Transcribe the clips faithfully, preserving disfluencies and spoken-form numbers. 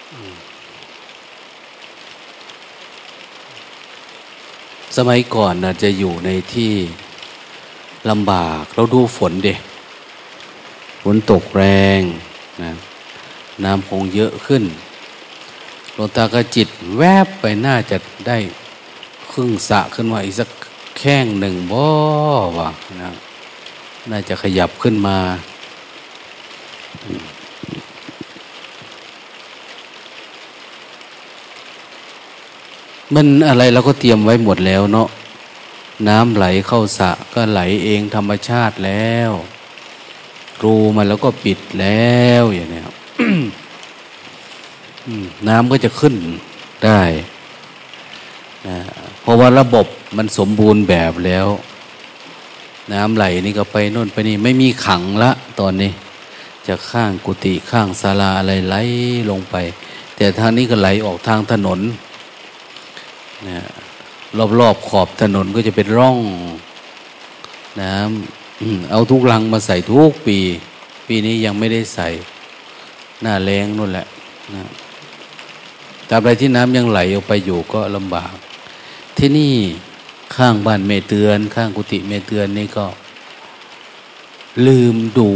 สมัยก่อนนะจะอยู่ในที่ลำบากเราดูฝนเด็ฝนตกแรงนะน้ำคงเยอะขึ้นหลวงตาก็จิตแวบไปน่าจะได้ครึ่งสระขึ้นมาอีกสักแข้งหนึ่งบ่วะนะน่าจะขยับขึ้นมามันอะไรเราก็เตรียมไว้หมดแล้วเนาะน้ำไหลเข้าสระก็ไหลเองธรรมชาติแล้วรูมันแล้วก็ปิดแล้วอย่างนี้ น้ำก็จะขึ้นได้นะเพราะว่าระบบมันสมบูรณ์แบบแล้วน้ำไหลนี่ก็ไปโน่นไปนี่ไม่มีขังละตอนนี้จะข้างกุฏิข้างศาลาอะไรไหลลงไปแต่ทางนี้ก็ไหลออกทางถนนนะรอบๆขอบถนนก็จะเป็นร่องน้ำเอาทุกลังมาใส่ทุกปีปีนี้ยังไม่ได้ใส่หน้าแล้งนู่นแหละนะตราบใดที่น้ำยังไหลออกไปอยู่ก็ลำบากที่นี่ข้างบ้านแม่เตือนข้างกุฏิแม่เตือนนี่ก็ลืมดู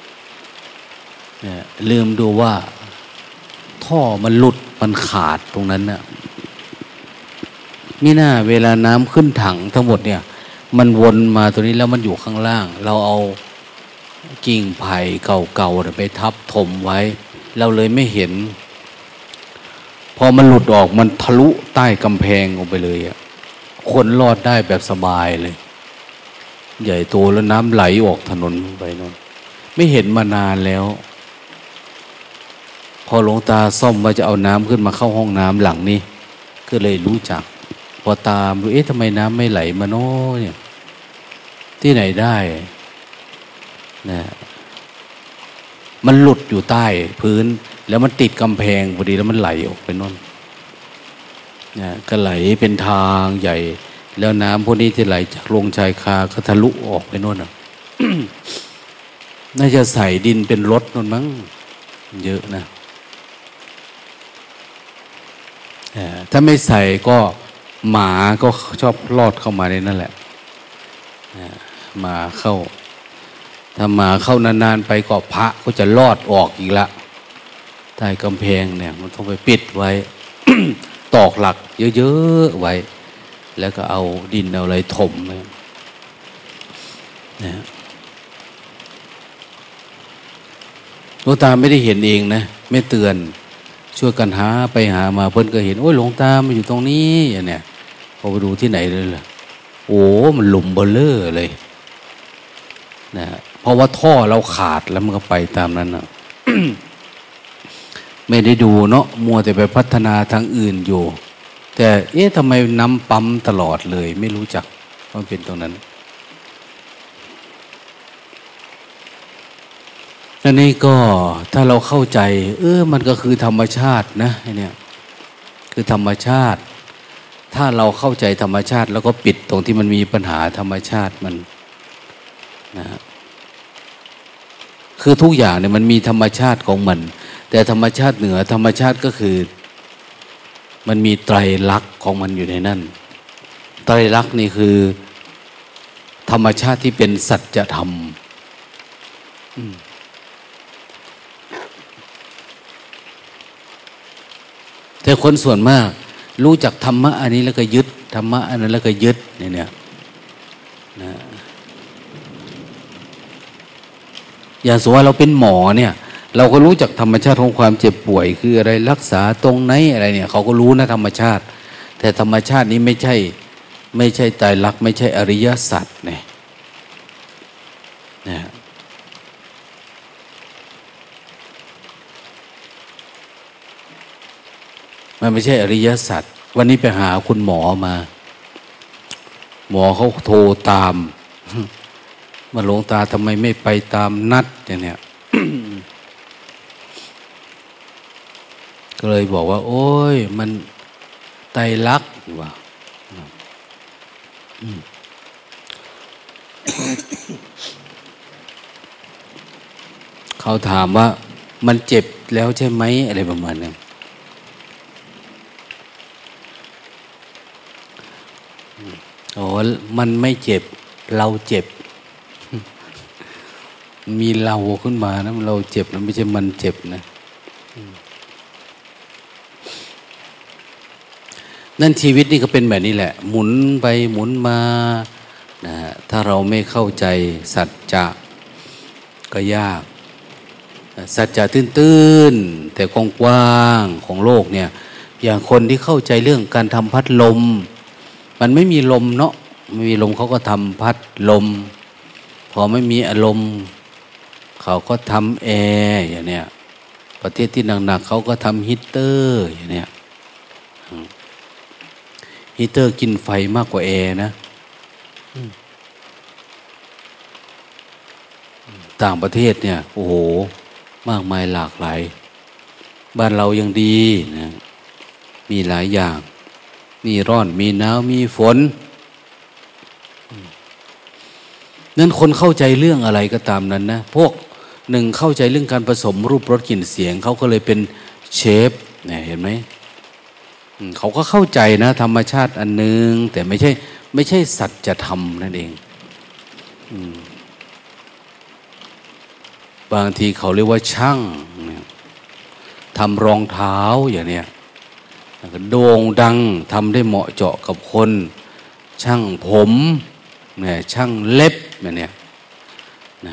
นะลืมดูว่าท่อมันหลุดมันขาดตรงนั้นน่ะมิน่าเวลาน้ำขึ้นถังทั้งหมดเนี่ยมันวนมาตัวนี้แล้วมันอยู่ข้างล่างเราเอากิ่งไผ่เก่าๆไปทับถมไว้เราเลยไม่เห็นพอมันหลุดออกมันทะลุใต้กำแพงออกไปเลยอ่ะคนรอดได้แบบสบายเลยใหญ่โตแล้วน้ำไหลออกถนนไปโน่นไม่เห็นมานานแล้วพอหลวงตาซ่อมว่าจะเอาน้ำขึ้นมาเข้าห้องน้ำหลังนี้ก็เลยรู้จักพอตามดูเอ๊ะทำไมน้ำไม่ไหลมาโน่เนี่ยที่ไหนได้นะมันหลุดอยู่ใต้พื้นแล้วมันติดกำแพงพอดีแล้วมันไหลออกไปโน่นนะก็ไหลเป็นทางใหญ่แล้วน้ำพวกนี้ที่ไหลจากลงชายคาก็ทะลุออกไปโน่นอ่ะ น่าจะใส่ดินเป็นรถโน่นมั้งเยอะนะถ้าไม่ใส่ก็หมาก็ชอบลอดเข้ามาในนั่นแหละหมาเข้าถ้าหมาเข้านานๆไปก็พระก็จะลอดออกอีกละใต้กำแพงเนี่ยมันต้องไปปิดไว้ ตอกหลักเยอะๆไว้แล้วก็เอาดินเอาอะไรถมไว้นะหลวงตาไม่ได้เห็นเองนะไม่เตือนช่วยกันหาไปหามาเพิ่นก็เห็นโอ้ยหลวงตามาอยู่ตรงนี้อย่างเนี้ยพอไปดูที่ไหนเลยล่ะโอ้มันหลุมเบลเลอร์เลยนะเพราะว่าท่อเราขาดแล้วมันก็ไปตามนั้นนะ ไม่ได้ดูเนาะมัวแต่ไปพัฒนาทางอื่นอยู่แต่เอ๊ะทำไมน้ำปั๊มตลอดเลยไม่รู้จักว่าเป็นตรงนั้นอันนี้ก็ถ้าเราเข้าใจเออมันก็คือธรรมชาตินะเนี่ยคือธรรมชาติถ้าเราเข้าใจธรรมชาติแล้วก็ปิดตรงที่มันมีปัญหาธรรมชาติมันนะคือทุกอย่างเนี่ยมันมีธรรมชาติของมันแต่ธรรมชาติเหนือธรรมชาติก็คือมันมีไตรลักษณ์ของมันอยู่ในนั้นไตรลักษณ์นี่คือธรรมชาติที่เป็นสัจธรรมแต่คนส่วนมากรู้จักธรรมะอันนี้แล้วก็ยึดธรรมะอันนั้นแล้วก็ยึดเนี่ยเนี่ยนะอย่างสมมติว่าเราเป็นหมอเนี่ยเราก็รู้จักธรรมชาติของความเจ็บป่วยคืออะไรรักษาตรงไหนอะไรเนี่ยเขาก็รู้นะธรรมชาติแต่ธรรมชาตินี้ไม่ใช่ไม่ใช่ไตรลักษณ์ไม่ใช่อริยสัจเนี่ยนะมันไม่ใช่อริยสัจวันนี้ไปหาคุณหมอมาหมอเขาโทรตามมาหลวงตาทำไมไม่ไปตามนัดอย่างเนี้ย ก็เลยบอกว่าโอ้ยมันไตรลักษณ์ว่ะ เขาถามว่ามันเจ็บแล้วใช่ไหมอะไรประมาณนั้นโอ้มันไม่เจ็บเราเจ็บมีเราขึ้นมานะเราเจ็บนะไม่ใช่มันเจ็บนะนั่นชีวิตนี่ก็เป็นแบบนี้แหละหมุนไปหมุนมานะถ้าเราไม่เข้าใจสัจจะก็ยากสัจจะตื้นๆแต่กว้างๆของโลกเนี่ยอย่างคนที่เข้าใจเรื่องการทำพัดลมมันไม่มีลมเนาะไม่มีลมเขาก็ทำพัดลมพอไม่มีอารมณ์เขาก็ทำแอร์อย่างเนี้ยประเทศที่หนักๆเขาก็ทำฮีตเตอร์อย่างเนี้ยฮีตเตอร์กินไฟมากกว่าแอร์นะต่างประเทศเนี่ยโอ้โหมากมายหลากหลายบ้านเรายังดีนะมีหลายอย่างมีร้อนมีหนาวมีฝนนั้นคนเข้าใจเรื่องอะไรก็ตามนั้นนะพวกหนึ่งเข้าใจเรื่องการผสมรูปรสกลิ่นเสียงเขาก็เลยเป็นเชฟเนี่ยเห็นไหมเขาก็เข้าใจนะธรรมชาติอันนึงแต่ไม่ใช่ไม่ใช่สัจธรรมนั่นเองบางทีเขาเรียกว่าช่างทำรองเท้าอย่างเนี้ยโด่งดังทำได้เหมาะเจาะกับคนช่างผมเนี่ยช่างเล็บเนี่ยนะ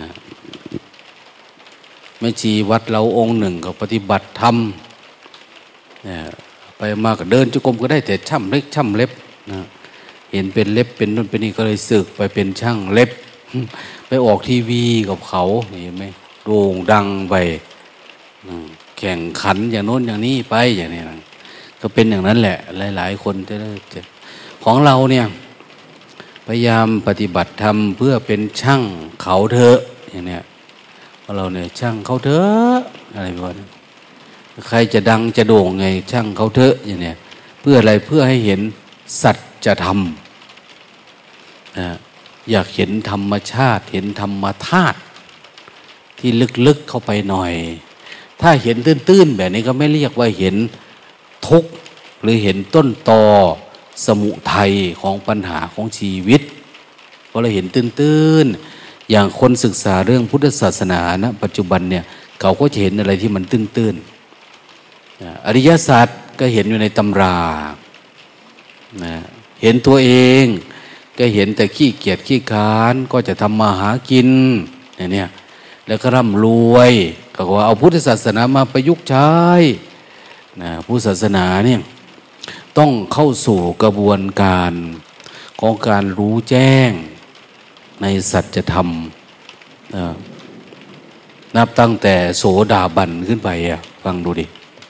แม่ชีวัดเราองค์หนึ่งก็ปฏิบัติธรรมเนี่ยไปมาก็เดินจุกรมก็ได้แต่ช่ำเล็กช่ำเล็บนะเห็นเป็นเล็บเป็นนู่นเป็นนี่ก็เลยสึกไปเป็นช่างเล็บไปออกทีวีกับเขาเห็นไหมโด่งดังไปแข่งขันอย่างโน้นอย่างนี้ไปอย่างนี้นะก็เป็นอย่างนั้นแหละหลายๆคนจะได้ของเราเนี่ยพยายามปฏิบัติธรรมเพื่อเป็นช่างเขาเถอะอย่างเนี้ยเราเนี่ยช่างเขาเถอะอะไรแบบนี้ใครจะดังจะโด่งไงช่างเขาเถอะอย่างเนี้ยเพื่ออะไรเพื่อให้เห็นสัจธรรมนะอยากเห็นธรรมชาติเห็นธรรมธาตุที่ลึกๆเข้าไปหน่อยถ้าเห็นตื้นๆแบบนี้ก็ไม่เรียกว่าเห็นทุกข์หรือเห็นต้นตอสมุทัยของปัญหาของชีวิตเพราะเราเห็นตื้นๆอย่างคนศึกษาเรื่องพุทธศาสนานะปัจจุบันเนี่ยเขาก็จะเห็นอะไรที่มันตื้นๆอริยสัจก็เห็นอยู่ในตำรานะเห็นตัวเองก็เห็นแต่ขี้เกียจขี้ค้านก็จะทำมาหากินเนี่ยแล้วก็ร่ำรวยก็ว่าเอาพุทธศาสนามาประยุกต์ใช้นะพุทธศาสนาเนี่ยต้องเข้าสู่กระบวนการของการรู้แจ้งในสัจธรรมนะนับตั้งแต่โสดาบันขึ้นไปอ่ะฟังดูดิ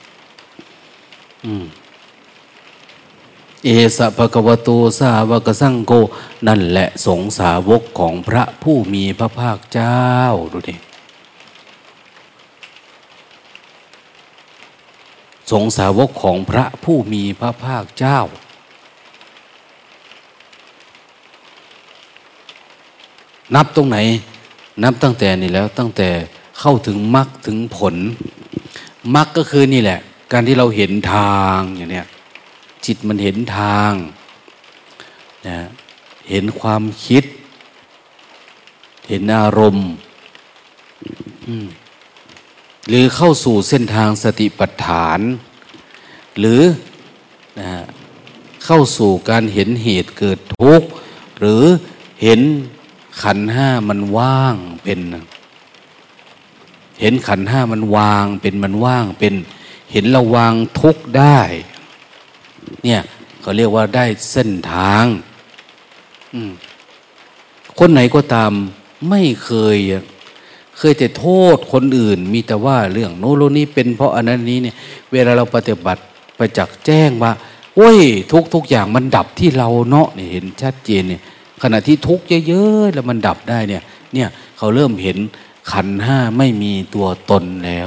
เอสะภะคะวะโตสาวกสังโฆนั่นแหละสงฆ์สาวกของพระผู้มีพระภาคเจ้าดูดิสงฆ์สาวกของพระผู้มีพระภาคเจ้านับตรงไหนนับตั้งแต่นี่แล้วตั้งแต่เข้าถึงมรรคถึงผลมรรคก็คือนี่แหละการที่เราเห็นทางอย่างเนี้ยจิตมันเห็นทางนะเห็นความคิดเห็นอารมณ์หรือเข้าสู่เส้นทางสติปัฏฐานหรือนะเข้าสู่การเห็นเหตุเกิดทุกข์หรือเห็นขันธ์ห้ามันว่างเป็นเห็นขันธ์ห้ามันวางเป็นมันว่างเป็นเห็นเราวางทุกข์ได้เนี่ยเขาเรียกว่าได้เส้นทางคนไหนก็ตามไม่เคยเคยแต่โทษคนอื่นมีแต่ว่าเรื่องโน้นนี้เป็นเพราะอันนั้นนี้เนี่ยเวลาเราปฏิบัติไปจักแจ้งว่าโอ้ยทุกทุกอย่างมันดับที่เราเนาะเนี่ยเห็นชัดเจนเนี่ยขณะที่ทุกข์เยอะๆแล้วมันดับได้เนี่ยเนี่ยเขาเริ่มเห็นขันธ์ห้าไม่มีตัวตนแล้ว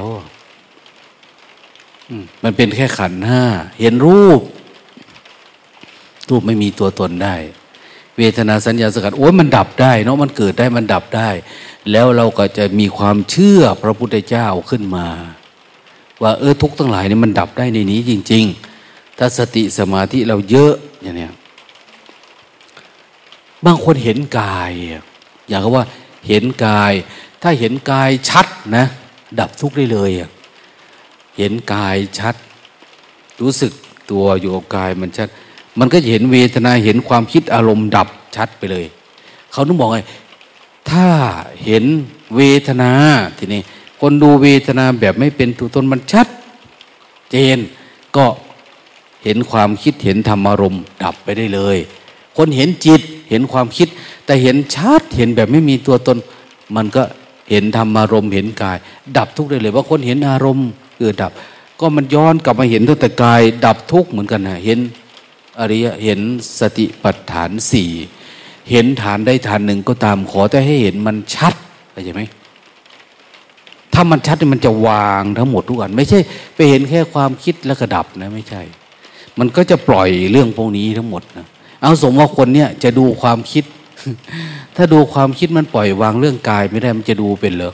มันเป็นแค่ขันธ์ห้าเห็นรูปรูปไม่มีตัวตนได้เวทนาสัญญาสังขารโอ้ยมันดับได้เนาะมันเกิดได้มันดับได้แล้วเราก็จะมีความเชื่อพระพุทธเจ้าขึ้นมาว่าเออทุกข์ทั้งหลายนี่มันดับได้ในนี้จริงๆถ้าสติสมาธิเราเยอะอย่างเนี้ยบางคนเห็นกายอย่างว่าเห็นกายถ้าเห็นกายชัดนะดับทุกข์ได้เลยเห็นกายชัดรู้สึกตัวอยู่กับกายมันชัดมันก็จะเห็นเวทนาเห็นความคิดอารมณ์ดับชัดไปเลยเขาต้องบอกไงถ้าเห็นเวทนาทีนี้คนดูเวทนาแบบไม่เป็นตัวตนมันชัดเจนก็เห็นความคิดเห็นธรรมอารมณ์ดับไปได้เลยคนเห็นจิตเห็นความคิดแต่เห็นชัดเห็นแบบไม่มีตัวตนมันก็เห็นธรรมอารมณ์เห็นกายดับทุกข์ได้เลยว่าคนเห็นอารมณ์เกิดดับก็มันย้อนกลับมาเห็นตั้งแต่กายดับทุกข์เหมือนกันนะเห็นอริยเห็นสติปัฏฐานสี่เห็นฐานได้ฐานหนึ่งก็ตามขอแต่ให้เห็นมันชัดเข้าใจไหมถ้ามันชัดมันจะวางทั้งหมดทุกอันไม่ใช่ไปเห็นแค่ความคิดแล้วก็ดับนะไม่ใช่มันก็จะปล่อยเรื่องพวกนี้ทั้งหมดนะเอาสมมติว่าคนเนี้ยจะดูความคิด ถ้าดูความคิดมันปล่อยวางเรื่องกายไม่ได้มันจะดูเป็นเหรอ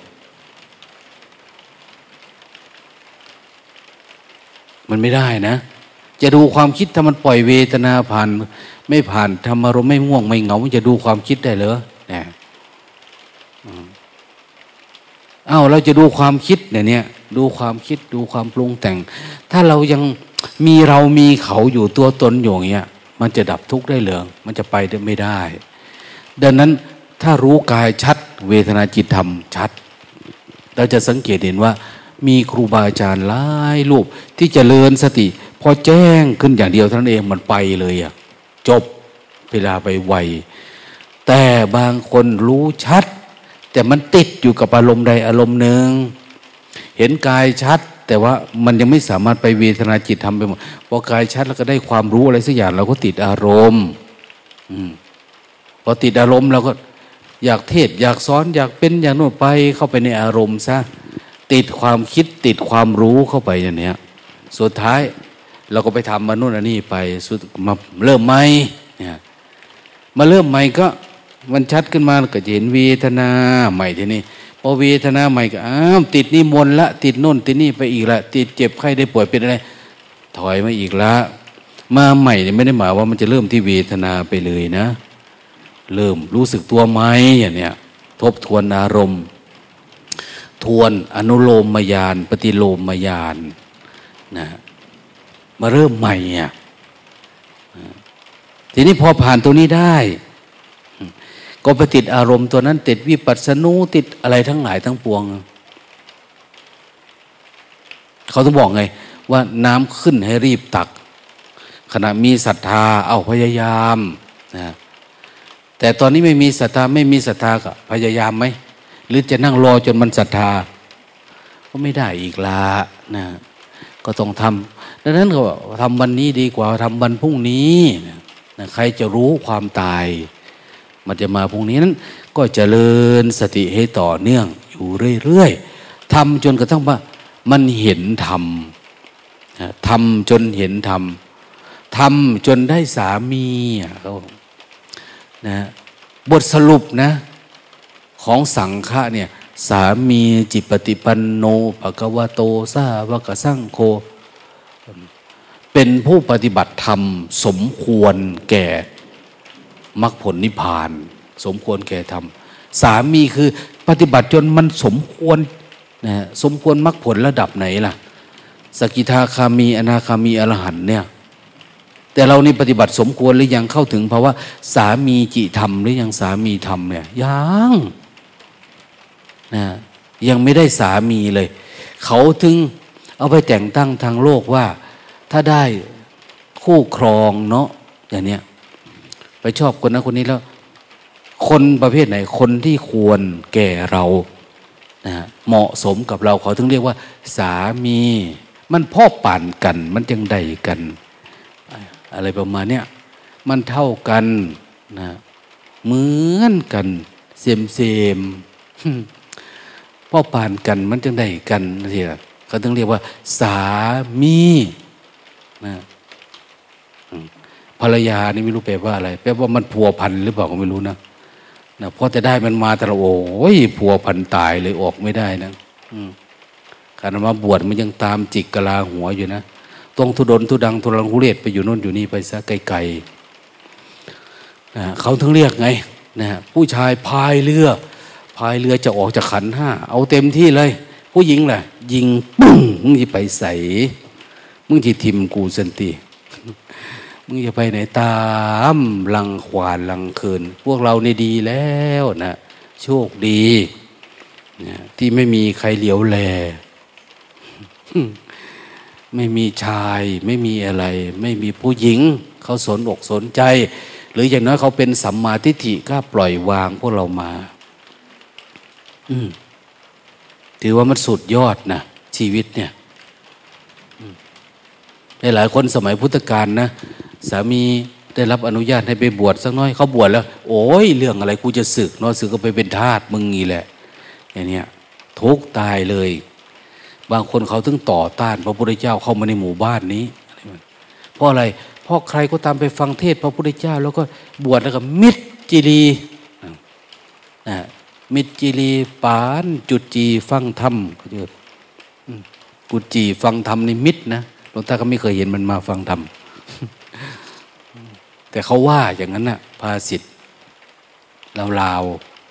มันไม่ได้นะจะดูความคิดถ้ามันปล่อยเวทนาผ่านไม่ผ่านธรรมารมณ์ไม่ง่วงไม่เหงามันจะดูความคิดได้เหรอเนี่ยอ้าวเราจะดูความคิดเนี่ยเนี่ยดูความคิดดูความปรุงแต่งถ้าเรายังมีเรามีเขาอยู่ตัวตนอยู่อย่างเงี้ยมันจะดับทุกข์ได้เหรอมันจะไปได้ไม่ได้ดังนั้นถ้ารู้กายชัดเวทนาจิตธรรมชัดเราจะสังเกตเห็นว่ามีครูบาอาจารย์หลายรูปที่เจริญสติพอแจ้งขึ้นอย่างเดียวเท่านั้นเองมันไปเลยอ่ะจบเวลาไปไวแต่บางคนรู้ชัดแต่มันติดอยู่กับอารมณ์ใดอารมณ์หนึ่งเห็นกายชัดแต่ว่ามันยังไม่สามารถไปเวทนาจิตธรรมไปหมดพอกายชัดแล้วก็ได้ความรู้อะไรสักอย่างเราก็ติดอารมณ์อืมพอติดอารมณ์เราก็อยากเทศอยากสอนอยากเป็นอย่างโน้นไปเข้าไปในอารมณ์ซะติดความคิดติดความรู้เข้าไปอย่างเนี้ยสุดท้ายเราก็ไปทำมาโน่นอันนี้ไปสุดมาเริ่มใหม่เนี่ยมาเริ่มใหม่ก็มันชัดขึ้นมาก็จะเห็นเวทนาใหม่ทีนี้พอเวทนาใหม่ก็อ้าวติดนิมนต์ละติดโน่นติดนี่ไปอีกละติดเจ็บไข้ได้ป่วยเป็นอะไรถอยมาอีกละมาใหม่เนี่ยไม่ได้หมายว่ามันจะเริ่มที่เวทนาไปเลยนะเริ่มรู้สึกตัวไหมอย่างเนี้ยทบทวนอารมณ์ทวนอนุโลมมญาณปฏิโลมมญาณนะมาเริ่มใหม่อ่ะทีนี้พอผ่านตัวนี้ได้ก็ไปติดอารมณ์ตัวนั้นติดวิปัสสนูติดอะไรทั้งหลายทั้งปวงเขาต้องบอกไงว่าน้ำขึ้นให้รีบตักขณะมีศรัทธาเอาพยายามนะแต่ตอนนี้ไม่มีศรัทธาไม่มีศรัทธาก็พยายามไหมหรือจะนั่งรอจนมันศรัทธาก็ไม่ได้อีกละนะก็ต้องทำดังนั้นก็ทำวันนี้ดีกว่าทำวันพรุ่งนี้นะใครจะรู้ความตายมันจะมาพรุ่งนี้นั้นก็เจริญสติให้ต่อเนื่องอยู่เรื่อยๆทำจนกระทั่งว่ามันเห็นธรรมทำจนเห็นธรรมทำจนได้สามีเขานะบทสรุปนะของสังฆะเนี่ยสามีจิปฏิปันโนภควโตสาวกสังโฆเป็นผู้ปฏิบัติธรรมสมควรแก่มรรคผลนิพพานสมควรแก่ธรรมสามีคือปฏิบัติจนมันสมควรนะสมควรมรรคผลระดับไหนล่ะสกิทาคามีอนาคามีอรหันต์เนี่ยแต่เรานี่ปฏิบัติสมควรหรือยังเข้าถึงภาวะสามีจิธรรมหรือยังสามีธรรมเนี่ยยังนะยังไม่ได้สามีเลยเขาถึงเอาไปแต่งตั้งทางโลกว่าถ้าได้คู่ครองเนาะอย่างเนี้ยไปชอบคนนั้นคนนี้แล้วคนประเภทไหนคนที่ควรแก่เรานะเหมาะสมกับเราเขาถึงเรียกว่าสามีมันพ่อป่านกันมันจังใดกันอะไรประมาณเนี้ยมันเท่ากันนะเหมือนกันเซมเซมพ่อป่านกันมันจังใดกันทีละเขาถึงเรียกว่าสามีนะภรรยานี่ไม่รู้แปลว่าอะไรแปลว่ามันพัวพันหรือเปล่าก็ไม่รู้นะนะเพราะแต่ได้มันมาแต่ละโอ้ยพัวพันตายเลยออกไม่ได้นะการมาบวชมันยังตามจิกกะลาหัวอยู่นะต้องทุดนทุดังทุรังคุเรศไปอยู่โน่นอยู่นี่ไปซะไกลๆนะเขาถึงเรียกไงนะผู้ชายพายเรือพายเรือจะออกจากขันห้าเอาเต็มที่เลยผู้หญิงล่ะยิงปุ้งมึงจะไปใส่มึงจะทิมกูสันติมึงจะไปไหนตามลังควานลังคืนพวกเราในดีแล้วนะโชคดีนะที่ไม่มีใครเหลียวแลไม่มีชายไม่มีอะไรไม่มีผู้หญิงเขาสนอกสนใจหรืออย่างน้อยเขาเป็นสัมมาทิฏฐิก็ปล่อยวางพวกเรามาอืมถือว่ามันสุดยอดนะชีวิตเนี่ยหลายคนสมัยพุทธกาลนะสามีได้รับอนุญาตให้ไปบวชสักน้อยเขาบวชแล้วโอ้ยเรื่องอะไรกูจะสึกเนาะสึกก็ไปเป็นทาสมึงงี้แหละอย่างเนี้ยทุกตายเลยบางคนเขาถึงต่อต้านพระพุทธเจ้าเข้ามาในหมู่บ้านนี้เพราะอะไรเพราะใครก็ตามไปฟังเทศพระพุทธเจ้าแล้วก็บวชแล้วก็มิจจิรีนะมิจจิรีปานจุจีฟังธรรมเขาเรียกกุจีฟังธรรมในมิตรนะหลวงตาก็ไม่เคยเห็นมันมาฟังธรรมแต่เขาว่าอย่างนั้นน่ะภาษิตลาว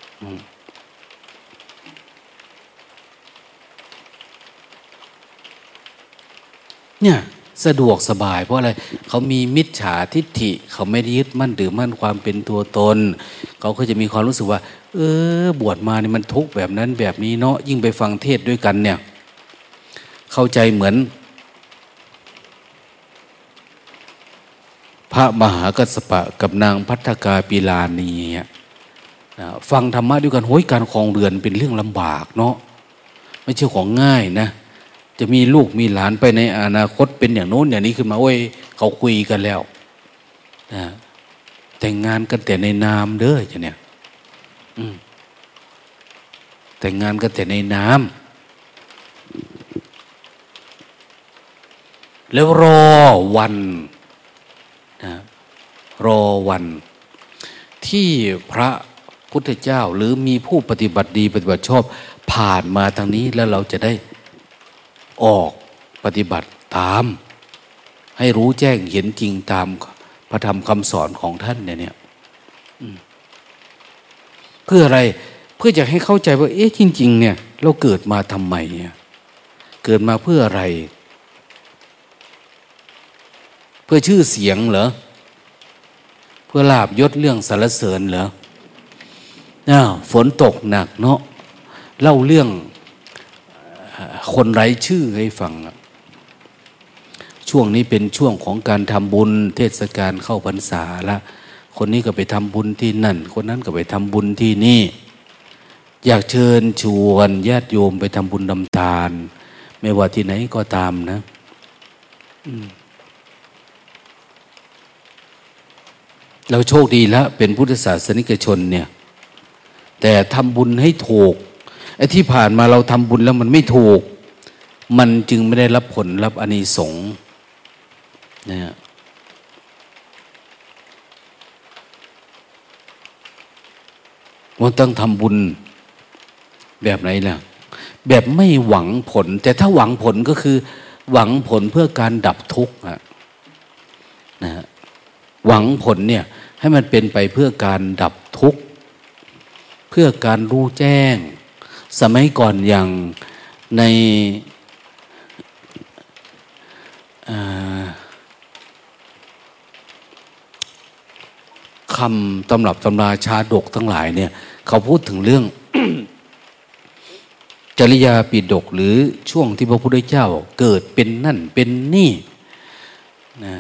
ๆเนี่ยสะดวกสบายเพราะอะไรเขามีมิจฉาทิฏฐิเขาไม่ได้ยึดมั่นถือมั่นความเป็นตัวตนเขาก็จะมีความรู้สึกว่าเออบวชมานี่มันทุกข์แบบนั้นแบบนี้เนาะยิ่งไปฟังเทศด้วยกันเนี่ยเข้าใจเหมือนพระมหากัสสปะกับนางภัททกาปิลานีฟังธรรมะด้วยกันโหยการครองเรือนเป็นเรื่องลำบากเนาะไม่ใช่ของง่ายนะจะมีลูกมีหลานไปในอนาคตเป็นอย่างโน้นอย่างนี้ขึ้นมาโอ้ยเขาคุยกันแล้วนะแต่งงานกันแต่ในนามเด้อจ้ะเนี่ยแต่งงานกันแต่ในนามแล้วรอวันนะรอวันที่พระพุทธเจ้าหรือมีผู้ปฏิบัติดีปฏิบัติชอบผ่านมาทางนี้แล้วเราจะได้ออกปฏิบัติตามให้รู้แจ้งเห็นจริงตามพระธรรมคำสอนของท่านเนี่ยเนี่ยเพื่ออะไรเพื่อจะให้เข้าใจว่าเอ๊ะจริงๆเนี่ยเราเกิดมาทำไมเกิดมาเพื่ออะไรเพื่อชื่อเสียงเหรอเพื่อลาภยศเรื่องสรรเสริญเหรออ้าวฝนตกหนักเนาะเล่าเรื่องคนไร้ชื่อให้ฟังช่วงนี้เป็นช่วงของการทำบุญเทศกาลเข้าพรรษาละคนนี้ก็ไปทำบุญที่นั่นคนนั้นก็ไปทำบุญที่นี่อยากเชิญชวนญาติโยมไปทำบุญทำทานไม่ว่าที่ไหนก็ตามนะเราโชคดีแล้วเป็นพุทธศาสนิกชนเนี่ยแต่ทำบุญให้ถูกไอ้ที่ผ่านมาเราทำบุญแล้วมันไม่ถูกมันจึงไม่ได้รับผลรับอานิสงส์นะฮะมันต้องทำบุญแบบไหนล่ะแบบไม่หวังผลแต่ถ้าหวังผลก็คือหวังผลเพื่อการดับทุกข์นะฮะหวังผลเนี่ยให้มันเป็นไปเพื่อการดับทุกข์เพื่อการรู้แจ้งสมัยก่อนอย่างในคำตำรับตำราชาดกทั้งหลายเนี่ยเขาพูดถึงเรื่อง จริยาปิฎกหรือช่วงที่พระพุทธเจ้าเกิดเป็นนั่นเป็นนี่นะ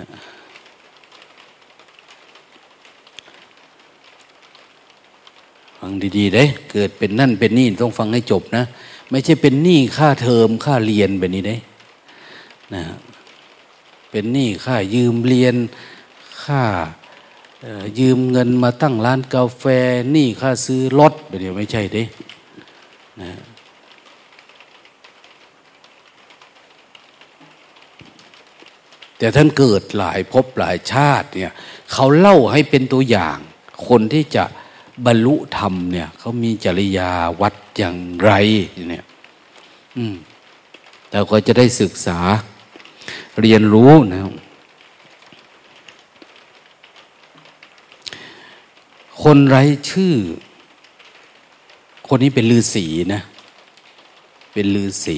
ฟังดีๆได้เกิดเป็นนั่นเป็นนี่ต้องฟังให้จบนะไม่ใช่เป็นหนี้ค่าเทอมค่าเรียนแบบนี้ได้นะเป็นหนี้ค่ายืมเรียนค่ายืมเงินมาตั้งร้านกาแฟหนี้ค่าซื้อรถแบบนี้ไม่ใช่เด้นะแต่ท่านเกิดหลายภพหลายชาติเนี่ยเขาเล่าให้เป็นตัวอย่างคนที่จะบรรลุธรรมเนี่ยเขามีจริยาวัดอย่างไรเนี่ยอืมแต่ก็จะได้ศึกษาเรียนรู้นะคนไร้ชื่อคนนี้เป็นฤาษีนะเป็นฤาษี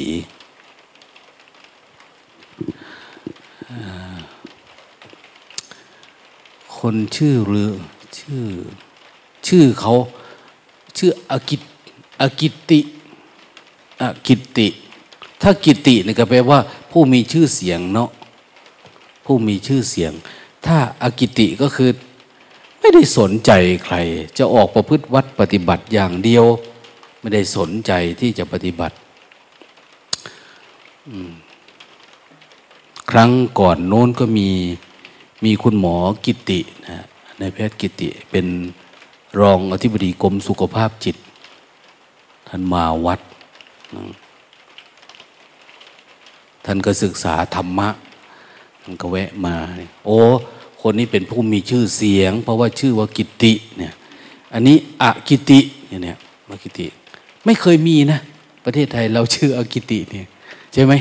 คนชื่อหรือชื่อชื่อเขาชื่ออากิตอากิติอากิติถ้ากิตินี่ก็แปลว่าผู้มีชื่อเสียงเนาะผู้มีชื่อเสียงถ้าอากิติก็คือไม่ได้สนใจใครจะออกประพฤติวัดปฏิบัติอย่างเดียวไม่ได้สนใจที่จะปฏิบัติครั้งก่อนโน้นก็มีมีคุณหมอกิตินะนายแพทย์กิติเป็นรองอธิบดีกรมสุขภาพจิตท่านมาวัดท่านก็ศึกษาธรรมะท่านก็แวะมาโอ้คนนี้เป็นผู้มีชื่อเสียงเพราะว่าชื่อว่ากิติเนี่ยอันนี้อะกิติเนี่ยมากิติไม่เคยมีนะประเทศไทยเราชื่ออะกิติเนี่ยใช่ไหม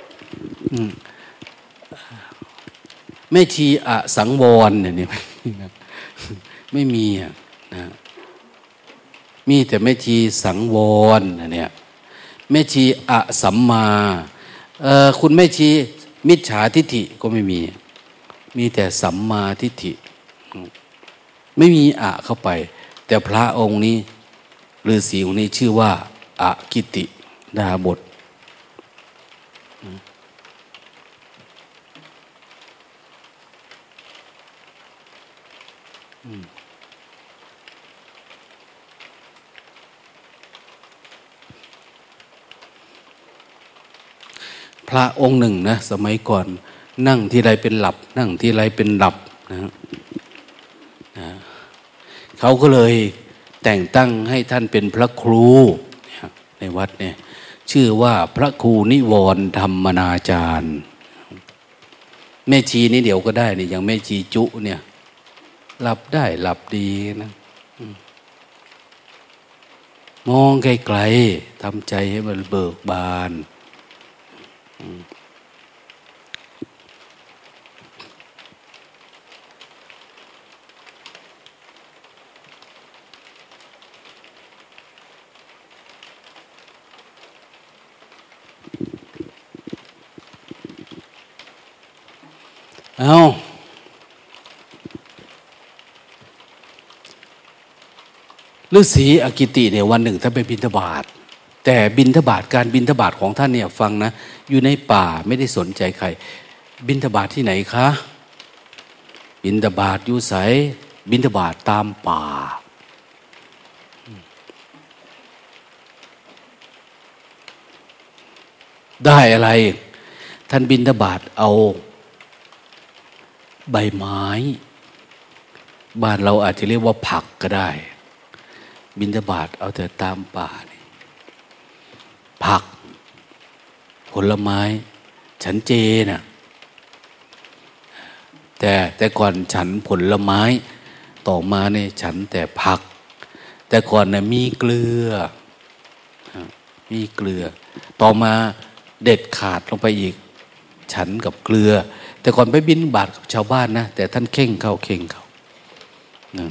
แม่ชีอะสังวรเนี่ยไม่มีอ่ะนะมีแต่แม่ชีสังวรเนี่ยแม่ชีอะสัมมาเอ่อคุณแม่ชีมิจฉาทิฏฐิก็ไม่มีมีแต่สัมมาทิฏฐิไม่มีอะเข้าไปแต่พระองค์นี้ฤาษีองค์นี้ชื่อว่าอะกิติดาบทพระองค์หนึ่งนะสมัยก่อนนั่งที่ไรเป็นหลับนั่งที่ไรเป็นหลับนะนะเขาก็เลยแต่งตั้งให้ท่านเป็นพระครูในวัดเนี่ยชื่อว่าพระครูนิวรณ์ธรรมนาจารย์แม่ชีนี่เดี๋ยวก็ได้นี่อย่างแม่ชีจุเนี่ยหลับได้หลับดีนะมองไกลๆทำใจให้มันเบิกบานเอาฤาษีอากิติเนี่ยวันหนึ่งท่านไปบิณฑบาตแต่บิณฑบาตการบิณฑบาตของท่านเนี่ยฟังนะอยู่ในป่าไม่ได้สนใจใครบิณฑบาตที่ไหนคะบิณฑบาตอยู่ไสบิณฑบาตตามป่าได้อะไรท่านบิณฑบาตเอาใบไม้บ้านเราอาจจะเรียกว่าผักก็ได้บิณฑบาตเอาแต่ตามป่านี่ผักผลไม้ฉันเจน่ะแต่แต่ก่อนฉันผลไม้ต่อมาเนี่ยฉันแต่ผักแต่ก่อนน่ะมีเกลือมีเกลือต่อมาเด็ดขาดลงไปอีกฉันกับเกลือแต่ก่อนไปบิณฑบาตกับชาวบ้านนะแต่ท่านเข่งเข้าเข่งเข้านะ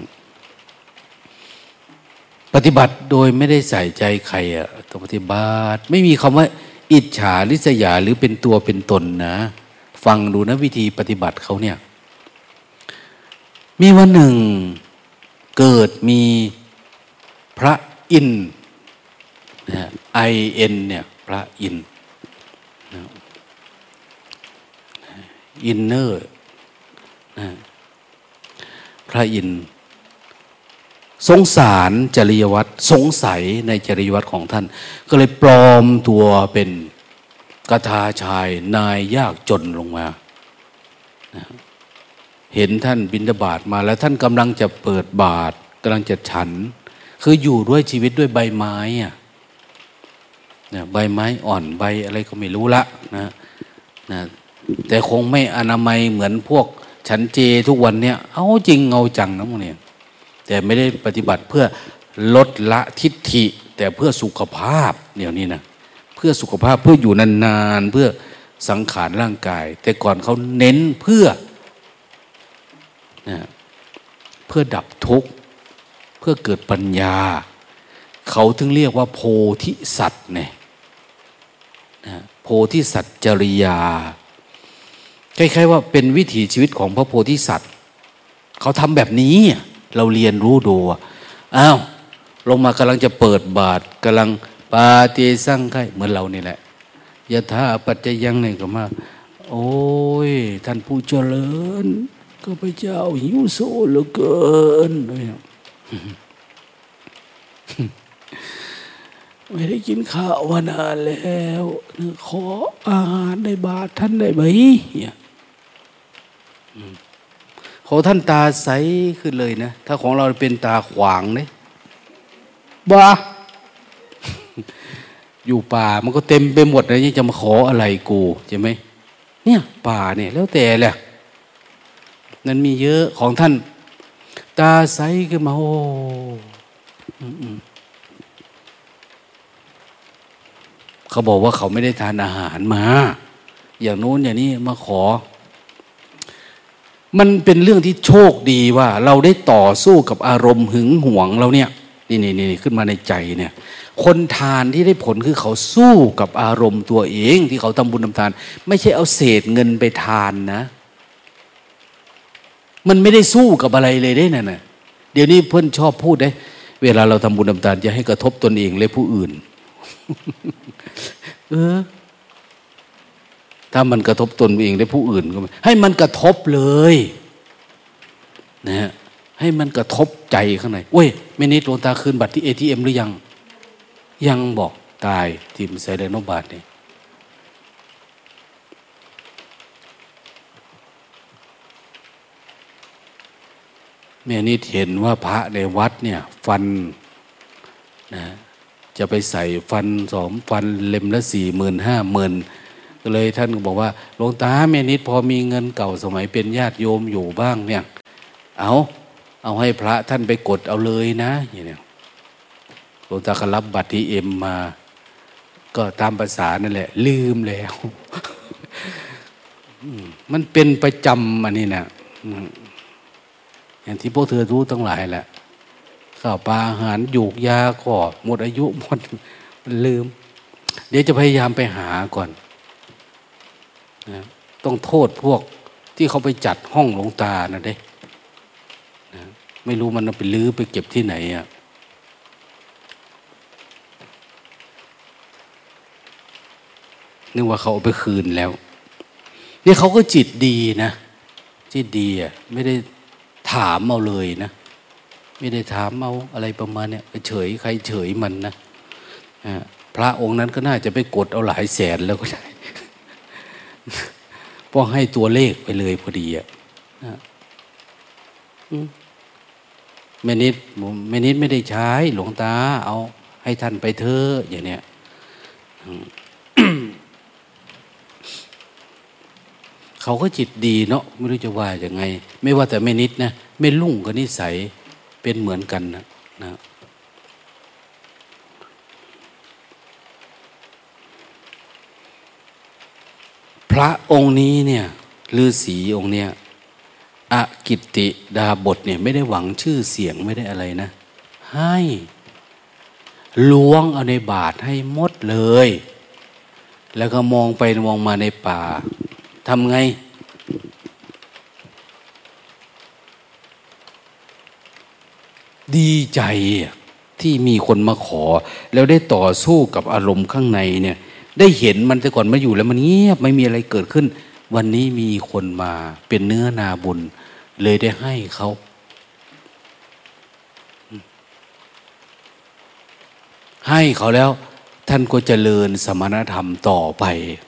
ปฏิบัติโดยไม่ได้ใส่ใจใครอ่ะต้องปฏิบัติไม่มีคำว่าอิจฉาริษยาหรือเป็นตัวเป็นตนนะฟังดูนะวิธีปฏิบัติเขาเนี่ยมีวันหนึ่งเกิดมีพระอินทร์นะไอเอ็นเนี่ยพระอินทร์อินเนอร์นะพระอินทร์สงสารจริยวัตรสงสัยในจริยวัตรของท่านก็เลยปลอมตัวเป็นกทาชายนายยากจนลงมานะเห็นท่านบิณฑบาตมาแล้วท่านกำลังจะเปิดบาตรกำลังจะฉันคืออยู่ด้วยชีวิตด้วยใบไม้อะนะใบไม้อ่อนใบอะไรก็ไม่รู้ละนะนะแต่คงไม่อนามัยเหมือนพวกฉันเจทุกวันเนี่ยเอาจริงเอาจังนะพวกนี้แต่ไม่ได้ปฏิบัติเพื่อลดละทิฏฐิแต่เพื่อสุขภาพเดี๋ยวนี้นะเพื่อสุขภาพเพื่ออยู่นานๆเพื่อสังขารร่างกายแต่ก่อนเขาเน้นเพื่อนะเพื่อดับทุกข์เพื่อเกิดปัญญาเขาถึงเรียกว่าโพธิสัตว์เนี่ยนะโพธิสัตว์จริยาคล้ายๆว่าเป็นวิถีชีวิตของพระโพธิสัตว์เขาทำแบบนี้เราเรียนรู้ดูอ้าวลงมากำลังจะเปิดบาตรกำลังปาเตสังไขเหมือนเรานี่แหละยะถาปัจจยังเนี่ยก็มาโอ้ยท่านผู้เจริญข้าพเจ้าหิวโซเหลือเกินไม่ได้กินข้าวมานานแล้วขออาหารในบาตรท่านได้ไหมเนี่ยของท่านตาใสขึ้นเลยนะถ้าของเราเป็นตาขวางเนี่ยบ้าอยู่ป่ามันก็เต็มไปหมดเลยยังจะมาขออะไรกูใช่ไหมเนี่ยป่าเนี่ยแล้วแต่แหละนั้นมีเยอะของท่านตาใสขึ้นมาโอ้เขาบอกว่าเขาไม่ได้ทานอาหารมาอย่างโน้นอย่างนี้มาขอมันเป็นเรื่องที่โชคดีว่าเราได้ต่อสู้กับอารมณ์หึงหวงเราเนี่ยนี่นี่นี่ขึ้นมาในใจเนี่ยคนทานที่ได้ผลคือเขาสู้กับอารมณ์ตัวเองที่เขาทำบุญทำทานไม่ใช่เอาเศษเงินไปทานนะมันไม่ได้สู้กับอะไรเลยได้น่ะเดี๋ยวนี้เพื่อนชอบพูดได้เวลาเราทำบุญทำทานจะให้กระทบตนเองและผู้อื่น เออถ้ามันกระทบตนเองและผู้อื่นก็ให้มันกระทบเลยนะฮะให้มันกระทบใจข้างในโอ้ยไม่นิดหลวงตาคืนบัตรที่ เอ ที เอ็ม หรือยังยังบอกตายทีมใส่แดนบาทนี่แม่นิดเห็นว่าพระในวัดเนี่ยฟันนะจะไปใส่ฟันสองฟันเล่มละสี่หมื่นห้าหมื่นก็เลยท่านก็บอกว่าหลวงตาแม่นิดพอมีเงินเก่าสมัยเป็นญาติโยมอยู่บ้างเนี่ยเอาเอาให้พระท่านไปกดเอาเลยนะอย่างนี้หลวงตาก็รับบัตรทีเอ็มมาก็ตามภาษานั่นแหละลืมแล้วมันเป็นประจำอันนี้นะอย่างที่พวกเธอรู้ทั้งหลายแหละข้าวปลาอาหารยูกยาก็หมดอายุหมดมันลืมเดี๋ยวจะพยายามไปหาก่อนนะต้องโทษพวกที่เขาไปจัดห้องหลวงตานะเด้นะไม่รู้มันเอาไปลื้อไปเก็บที่ไหนอ่ะนึกว่าเขาเอาไปคืนแล้วนี่เขาก็จิตดีนะจิตดีอ่ะไม่ได้ถามเอาเลยนะไม่ได้ถามเอาอะไรประมาณเนี้ยเฉยใครเฉยมันนะพระองค์นั้นก็น่าจะไปกดเอาหลายแสนแล้วก็ได้เพราะให้ตัวเลขไปเลยพอดีอ่ะแม่นิดแม่นิดไม่ได้ใช้หลวงตาเอาให้ท่านไปเถอะอย่างเนี้ยเขาก็จิตดีเนาะไม่รู้จะว่าอย่างไงไม่ว่าแต่แม่นิดนะแม่ลุงก็นิสัยเป็นเหมือนกันนะนะพระองค์นี้เนี่ยฤาษีองค์เนี้ยอกิตติดาบทเนี่ยไม่ได้หวังชื่อเสียงไม่ได้อะไรนะให้ล้วงเอาในบาตรให้หมดเลยแล้วก็มองไปมองมาในป่าทำไงดีใจที่มีคนมาขอแล้วได้ต่อสู้กับอารมณ์ข้างในเนี่ยได้เห็นมันแต่ก่อนมาอยู่แล้วมันเงียบไม่มีอะไรเกิดขึ้นวันนี้มีคนมาเป็นเนื้อนาบุญเลยได้ให้เขาให้เขาแล้วท่านก็เจริญสมณธรรมต่อไป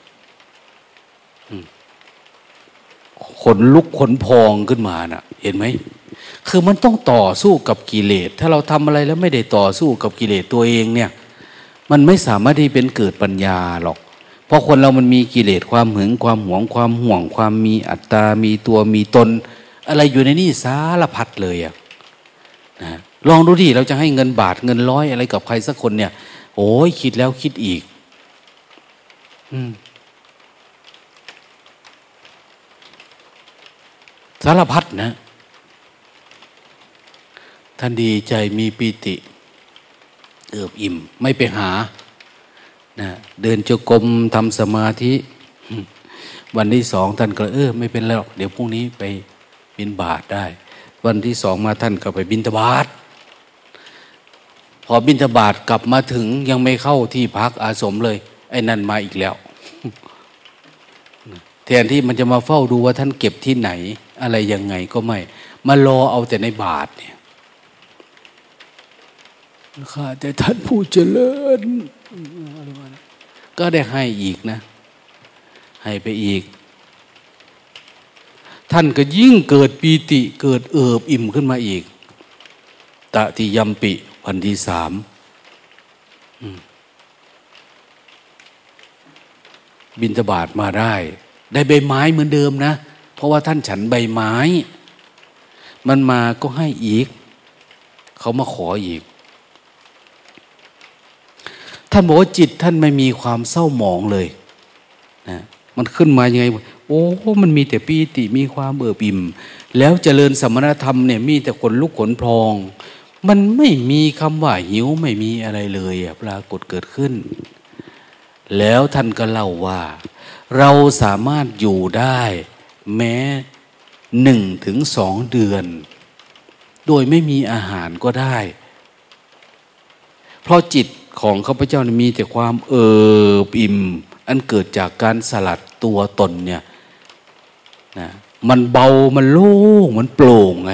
ขนลุกขนพองขึ้นมาน่ะเห็นไหมคือมันต้องต่อสู้กับกิเลสถ้าเราทำอะไรแล้วไม่ได้ต่อสู้กับกิเลสตัวเองเนี่ยมันไม่สามารถที่เป็นเกิดปัญญาหรอกเพราะคนเรามันมีกิเลสความหึงความหวงความห่วงความมีอัตตามีตัวมีตนอะไรอยู่ในนี่สารพัดเลยอ่ะนะลองดูดิเราจะให้เงินบาทเงินร้อยอะไรกับใครสักคนเนี่ยโอ้ยคิดแล้วคิดอีกอืมสารพัดนะถ้าท่านดีใจมีปีติเอิบอิ่มไม่ไปหานะเดินจงกรมทำสมาธิวันที่สองท่านก็เออไม่เป็นไรหรอกเดี๋ยวพรุ่งนี้ไปบิณฑบาตได้วันที่สองมาท่านก็ไปบิณฑบาตพอบิณฑบาตกลับมาถึงยังไม่เข้าที่พักอาสมเลยไอ้นั่นมาอีกแล้วแทนที่มันจะมาเฝ้าดูว่าท่านเก็บที่ไหนอะไรยังไงก็ไม่มารอเอาแต่ในบาตรเนี่ยข้าแต่ท่านผู้เจริญก็ได้ให้อีกนะให้ไปอีกท่านก็ยิ่งเกิดปีติเกิดเอิบอิ่มขึ้นมาอีกตติยัมปิวันที่สามบิณฑบาตมาได้ได้ใบไม้เหมือนเดิมนะเพราะว่าท่านฉันใบไม้มันมาก็ให้อีกเขามาขออีกท่านบอกว่าจิตท่านไม่มีความเศร้าหมองเลยนะมันขึ้นมายังไงโอ้มันมีแต่ปีติมีความเบิบอิ่มแล้วเจริญสมณธรรมเนี่ยมีแต่ขนลุกขนพองมันไม่มีคำว่าหิวไม่มีอะไรเลยปรากฏเกิดขึ้นแล้วท่านก็เล่าว่าเราสามารถอยู่ได้แม้หนึ่งถึงสองเดือนโดยไม่มีอาหารก็ได้เพราะจิตของข้าพเจ้ามีแต่ความเอิบอิ่มอันเกิดจากการสลัดตัวตนเนี่ยนะมันเบามันโล่งมันโปร่งไง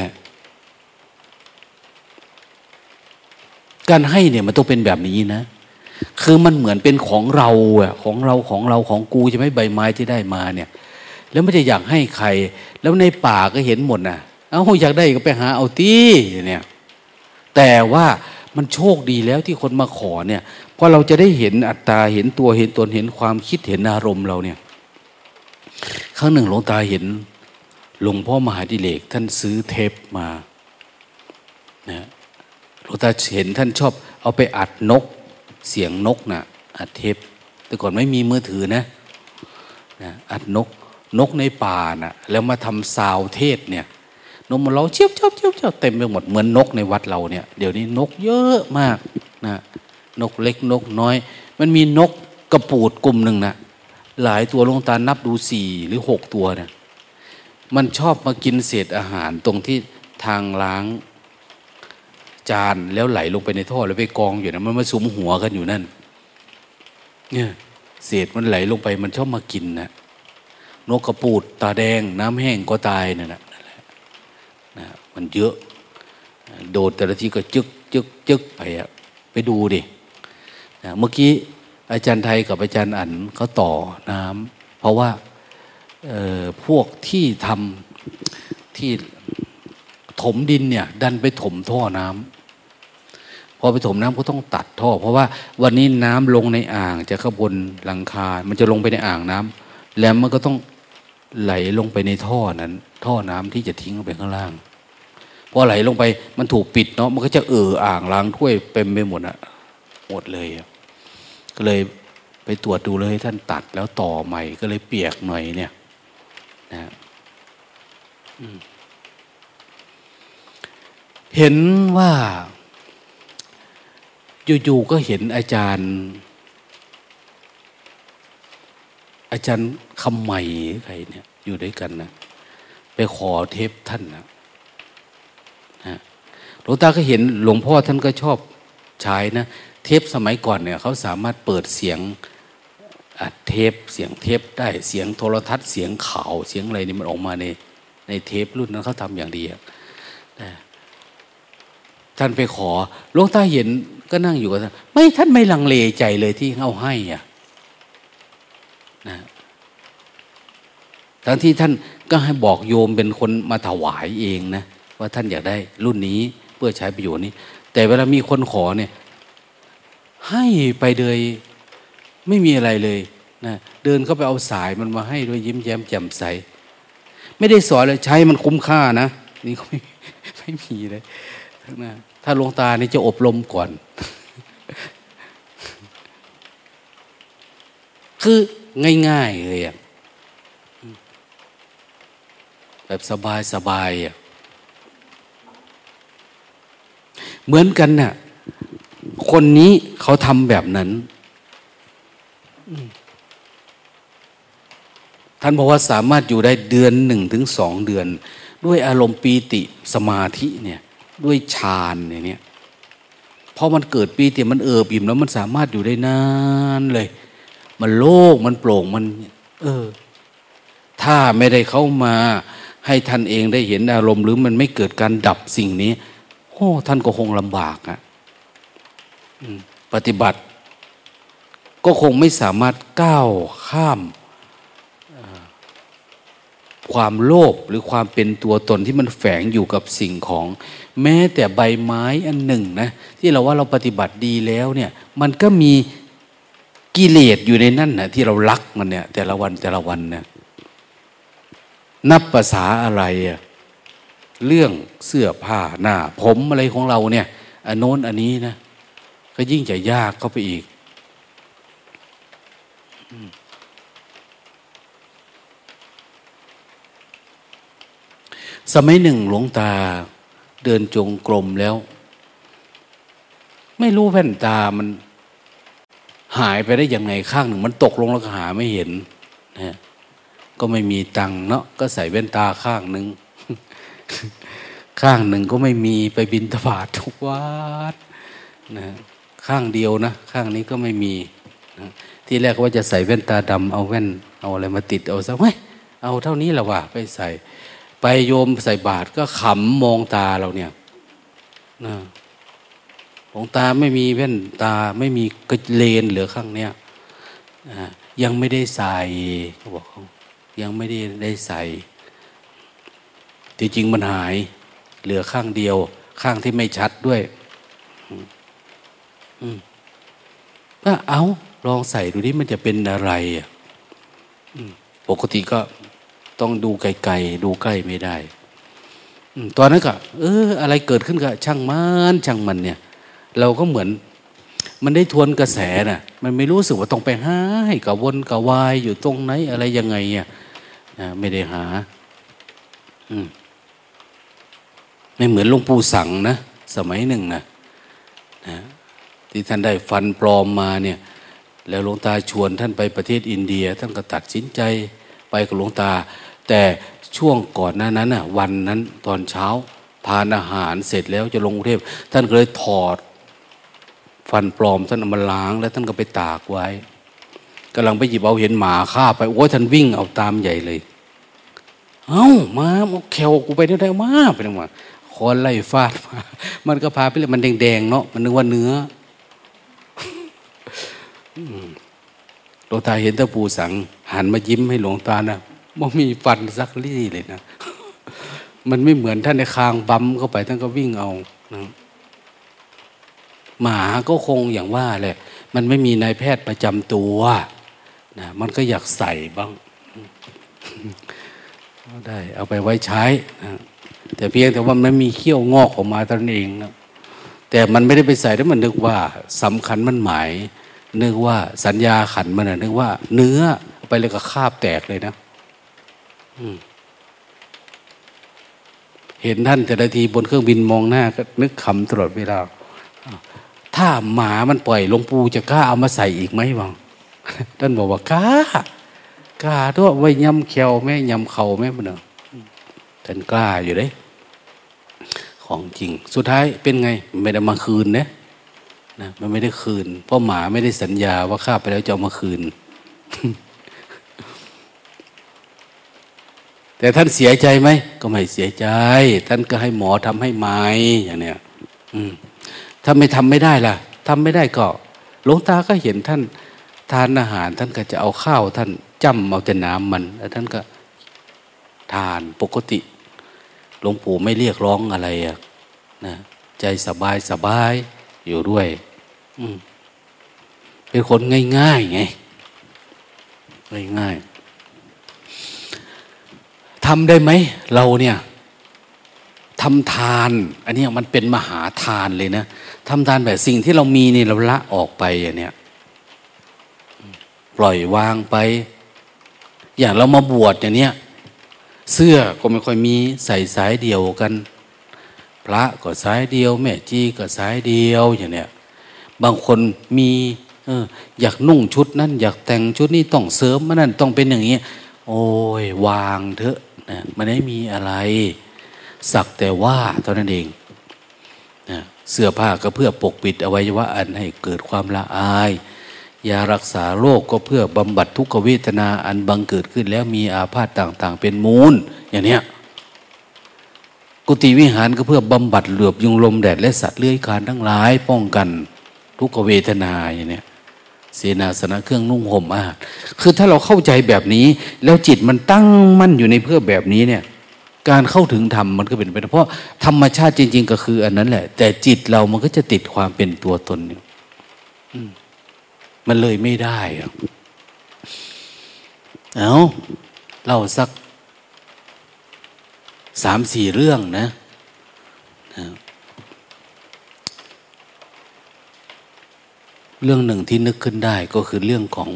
การให้เนี่ยมันต้องเป็นแบบนี้นะคือมันเหมือนเป็นของเราอะของเราของเราของกูใช่ไหมใบไม้ที่ได้มาเนี่ยแล้วไม่ได้อยากให้ใครแล้วในป่าก็เห็นหมดนะเอ้าอยากได้ก็ไปหาเอาตีเนี่ยแต่ว่ามันโชคดีแล้วที่คนมาขอเนี่ยเพราะเราจะได้เห็นอัตตาเห็นตัวเห็นตนเห็นความคิดเห็นอารมณ์เราเนี่ยครั้งหนึ่งหลวงตาเห็นหลวงพ่อมหาดิเรกท่านซื้อเทปมานะหลวงตาเห็นท่านชอบเอาไปอัดนกเสียงนกนะ่ะอัดเทปแต่ก่อนไม่มีมือถือนะนะอัดนกนกในป่านะ่ะแล้วมาทำซาวเทศเนี่ยนกมันร้องเชียวเชียวเชียวเชียวเต็มไปหมดเหมือนนกในวัดเราเนี่ยเดี๋ยวนี้นกเยอะมากนะนกเล็กนกน้อยมันมีนกกระปูดกลุ่มหนึ่งนะหลายตัวหลวงตานับดูสี่หรือหกตัวนะมันชอบมากินเศษอาหารตรงที่ทางล้างจานแล้วไหลลงไปในท่อแล้วไปกองอยู่นะมันมาสุมหัวกันอยู่นั่นเนี่ยเศษมันไหลลงไปมันชอบมากินนะนกกระปูดตาแดงน้ำแห้งก็ตายนั่นแหละนะมันเยอะโดดแต่ละทีก็จึกจึกจึกไปอะไปดูดินะเมื่อกี้อาจารย์ไทยกับอาจารย์อั๋นเขาต่อน้ำเพราะว่าพวกที่ทำที่ถมดินเนี่ยดันไปถมท่อน้ำพอไปถมน้ำก็ต้องตัดท่อเพราะว่าวันนี้น้ำลงในอ่างจะข้างบนหลังคามันจะลงไปในอ่างน้ำแล้วมันก็ต้องไหลลงไปในท่อนั้นท่อน้ำที่จะทิ้งลงไปข้างล่างพอไหลลงไปมันถูกปิดเนาะมันก็จะเอ่ออ่างล้างถ้วยเต็มไปหมดอะหมดเลยก็เลยไปตรวจดูเลยท่านตัดแล้วต่อใหม่ก็เลยเปียกหน่อยเนี่ยนะเห็นว่าอยู่ๆก็เห็นอาจารย์อาจารย์คำใหม่ใครเนี่ยอยู่ด้วยกันนะไปขอเทปท่านนะนะหลวงตาก็เห็นหลวงพ่อท่านก็ชอบใช้นะเทปสมัยก่อนเนี่ยเขาสามารถเปิดเสียงอัดเทปเสียงเทปได้เสียงโทรทัศน์เสียงข่าวเสียงอะไรนี่มันออกมาในในเทปรุ่นนั้นเขาทำอย่างดีนะท่านไปขอหลวงตาเห็นก็นั่งอยู่กับท่านไม่ท่านไม่ลังเลใจเลยที่เอาให้อ่ะนะทั้งที่ท่านก็ให้บอกโยมเป็นคนมาถวายเองนะว่าท่านอยากได้รุ่นนี้เพื่อใช้ประโยชน์นี้แต่เวลามีคนขอเนี่ยให้ไปเลยไม่มีอะไรเลยนะเดินเข้าไปเอาสายมันมาให้ด้วยยิ้มแย้มแจ่มใสไม่ได้สอนเลยใช้มันคุ้มค่านะนี่ก็ไม่ไม่มีเลยนะถ้าหลวงตานี่จะอบรมก่อนคือง่ายๆเลยอ่ะแบบสบายๆอ่ะเหมือนกันน่ะคนนี้เขาทำแบบนั้นท่านบอกว่าสามารถอยู่ได้เดือนหนึ่งถึงสองเดือนด้วยอารมณ์ปีติสมาธิเนี่ยด้วยฌานเนี่ยพอมันเกิดปีติมันเอิบอิ่มแล้วมันสามารถอยู่ได้นานเลยมันโล่งมันโปร่งมันเออถ้าไม่ได้เข้ามาให้ท่านเองได้เห็นอารมณ์หรือมันไม่เกิดการดับสิ่งนี้โอ้ท่านก็คงลำบากอะปฏิบัติก็คงไม่สามารถก้าวข้ามความโลภหรือความเป็นตัวตนที่มันแฝงอยู่กับสิ่งของแม้แต่ใบไม้อันหนึ่งนะที่เราว่าเราปฏิบัติดีแล้วเนี่ยมันก็มีกิเลสอยู่ในนั่นนะที่เรารักมันเนี่ยแต่ละวันแต่ละวันเนี่ยนับภาษาอะไรอะเรื่องเสื้อผ้าหน้าผมอะไรของเราเนี่ยอันโน้นอันนี้นะก็ยิ่งจะยากเข้าไปอีกสมัยหนึ่งหลวงตาเดินจงกรมแล้วไม่รู้แว่นตามันหายไปได้ยังไงข้างหนึ่งมันตกลงแล้วก็หาไม่เห็นนะก็ไม่มีตังค์เนาะก็ใส่แว่นตาข้างหนึ่ง ข้างหนึ่งก็ไม่มีไปบิณฑบาตทุกวัดนะข้างเดียวนะข้างนี้ก็ไม่มีนะที่แรกว่าจะใส่แว่นตาดำเอาแว่นเอาอะไรมาติดเอาซะไหมเอาเท่านี้แหละว่ะไปใส่ไปโยมใส่บาตรก็ขำมองตาเราเนี่ยนะหลวงตาไม่มีแว่นตาไม่มีกระเลนเหลือข้างเนี้ยยังไม่ได้ใส่เขาบอกเขายังไม่ได้ได้ใส่ที่จริงมันหายเหลือข้างเดียวข้างที่ไม่ชัดด้วยก็เอาลองใส่ดูดิมันจะเป็นอะไรอ่ะปกติก็ต้องดูไกลๆดูใกล้ไม่ได้ตอนนั้นก็เอออะไรเกิดขึ้นก็ช่างมันช่างมันเนี่ยเราก็เหมือนมันได้ทวนกระแสน่ะมันไม่รู้สึกว่าต้องไปหาให้กระวนกระวายอยู่ตรงไหนอะไรยังไงอ่ะไม่ได้หาไม่เหมือนหลวงปู่สังนะสมัยหนึ่งนะนะที่ท่านได้ฟันปลอมมาเนี่ยแล้วหลวงตาชวนท่านไปประเทศอินเดียท่านก็ตัดสินใจไปกับหลวงตาแต่ช่วงก่อนหน้านั้นน่ะวันนั้นตอนเช้าทานอาหารเสร็จแล้วจะลงกรุงเทพท่านก็เลยถอดฟันปลอมท่านเอามาล้างแล้วท่านก็ไปตากไว้กำลังไปหยิบเอาเห็นหมาฆ่าไปโอ้ยท่านวิ่งเอาตามใหญ่เลยเอ้ามาเอาแขวกูไปได้ๆมาไปได้มาคอนไล่ฟาดมามันก็พาไปเลยมันแดงๆเนาะมันนึกว่าเนื้อหลวงตาเห็นตะปูสังหันมายิ้มให้หลวงตานะไม่มีฟันสักรี่เลยนะมันไม่เหมือนท่านในคางบั๊มเข้าไปท่านก็วิ่งเอานะหมาก็คงอย่างว่าแหละมันไม่มีนายแพทย์ประจำตัวนะมันก็อยากใส่บ้างได้เอาไปไว้ใช้นะแต่เพียงแต่ว่ามันมีเขี้ยวงอกออกมาตนเองนะแต่มันไม่ได้ไปใส่แล้วมันนึกว่าสำคัญมันหมายนึกว่าสัญญาขันมันนึกว่าเนื้อไปเลยก็คาบแตกเลยนะเห็นท่านแต่ละทีบนเครื่องบินมองหน้าก็นึกขำตลอดเวลาถ้าหมามันปล่อยหลวงปู่จะกล้าเอามาใส่อีกไหมบ้างท่านบอกว่ากล้ากล้าด้วยไว้ยำแควแม่ยำเข่าแม่มันเนอะท่านกล้าอยู่เด้ของจริงสุดท้ายเป็นไงไม่ได้มาคืนนะนะมันไม่ได้คืนเพราะหมาไม่ได้สัญญาว่าฆ่าไปแล้วจะเอามาคืน แต่ท่านเสียใจไหมก็ไม่เสียใจท่านก็ให้หมอทำให้ใหม่อย่างเนี้ยถ้าไม่ทำไม่ได้ล่ะทำไม่ได้ก็หลวงตาก็เห็นท่านทานอาหารท่านก็จะเอาข้าวท่านจ้ำเอาแต่น้ำมันแล้วท่านก็ทานปกติหลวงปู่ไม่เรียกร้องอะไรอ่ะนะใจสบายสบายอยู่ด้วยเป็นคนง่ายๆไงง่ายๆทำได้ไหมเราเนี่ยทำทานอันนี้มันเป็นมหาทานเลยนะทำทานแบบสิ่งที่เรามีนี่เราละออกไปอย่างเนี้ยปล่อยวางไปอย่างเรามาบวชอย่างเนี้ยเสื้อก็ไม่ค่อยมีใส่สายเดี่ยวกันพระก็สายเดียวแม่จีก็สายเดียวอย่างเนี้ยบางคนมีเอออยากนุ่งชุดนั้นอยากแต่งชุดนี้ต้องเสริมมันนั่นต้องเป็นอย่างนี้โอ้ยวางเถอะนะมันไม่มีอะไรสักแต่ว่าเท่านั้นเองนะเสื้อผ้าก็เพื่อปกปิดอวัยวะอันให้เกิดความละอายยารักษาโรคก็เพื่อบำบัดทุกขเวทนาอันบังเกิดขึ้นแล้วมีอาพาธต่างๆเป็นมูลอย่างเนี้ยกุฏิวิหารก็เพื่อบำบัดเหลือบยุงลมแดดและสัตว์เลื้อยคลานทั้งหลายป้องกันทุกขเวทนาอย่างเนี้ยเสนาสนะเครื่องนุ่งห่มอาหารคือถ้าเราเข้าใจแบบนี้แล้วจิตมันตั้งมั่นอยู่ในเพื่อแบบนี้เนี่ยการเข้าถึงธรรมมันก็เป็นไปได้เพราะธรรมชาติจริงๆก็คืออันนั้นแหละแต่จิตเรามันก็จะติดความเป็นตัวตนอยู่มันเลยไม่ได้อะเอาเล่าสักสามสี่เรื่องนะเรื่องหนึ่งที่นึกขึ้นได้ก็คือเรื่องของ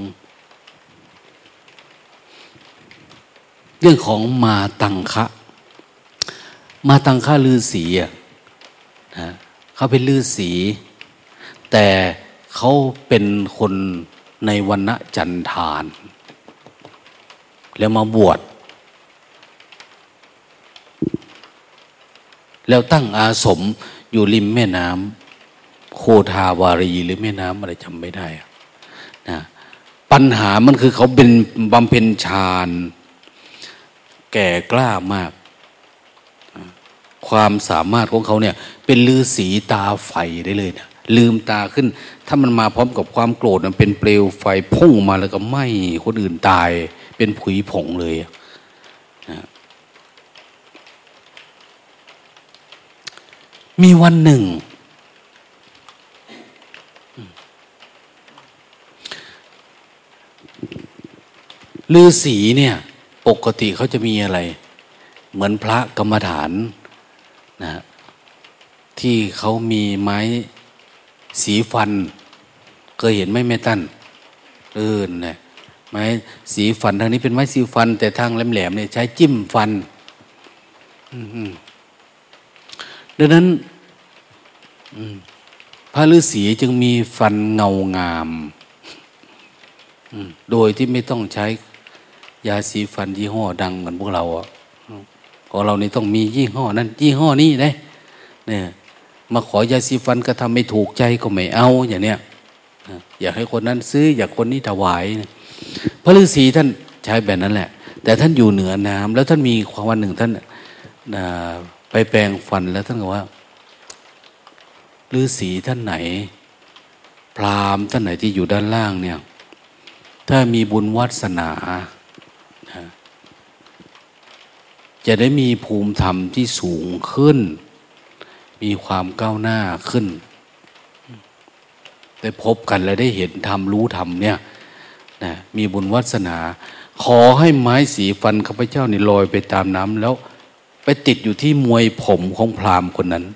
เรื่องของมาตังคะมาตังคะฤาษีอ่ะนะเขาเป็นฤาษีแต่เขาเป็นคนในวรรณะจันทานแล้วมาบวชแล้วตั้งอาสมอยู่ริมแม่น้ำโคทาวารีหรือแม่น้ำอะไรจำไม่ได้นะปัญหามันคือเขาเป็นบำเพ็ญฌานแก่กล้ามากความสามารถของเขาเนี่ยเป็นฤาษีตาไฟได้เลยนะลืมตาขึ้นถ้ามันมาพร้อมกับความโกรธมันเป็นเปลวไฟพุ่งมาแล้วก็ไหม้คนอื่นตายเป็นผุยผงเลยนะมีวันหนึ่งฤาษีเนี่ยปกติเขาจะมีอะไรเหมือนพระกรรมฐานนะที่เขามีไม้สีฟันเคยเห็นไหมแม่ตั้นเออเนี่ยไม้สีฟันทางนี้เป็นไม้สีฟันแต่ทางแหลมๆเนี่ยใช้จิ้มฟันดังนั้นพระฤาษีจึงมีฟันเงางามโดยที่ไม่ต้องใช้ยาสีฟันยี่ห้อดังเหมือนพวกเราอ่ะของเรานี่ต้องมียี่ห้อนั้นยี่ห้อนี้นะเนี่ยมาขอยาสีฟันก็ทำไม่ถูกใจก็ไม่เอาอย่างเนี้ยอยากให้คนนั้นซื้ออยากคนนี้ถวายพระฤาษีท่านใช้แบบนั้นแหละแต่ท่านอยู่เหนือน้ำแล้วท่านมีวันหนึ่งท่านไปแปรงฟันแล้วท่านบอกว่าฤาษีท่านไหนพราหมณ์ท่านไหนที่อยู่ด้านล่างเนี่ยถ้ามีบุญวาสนาจะได้มีภูมิธรรมที่สูงขึ้นมีความก้าวหน้าขึ้นได้พบกันและได้เห็นธรรมรู้ธรรมเนี่ยนะมีบุญวาสนาขอให้ไม้สีฟันข้าพเจ้านี่ลอยไปตามน้ำแล้วไปติดอยู่ที่มวยผมของพราหมณ์คนนั้น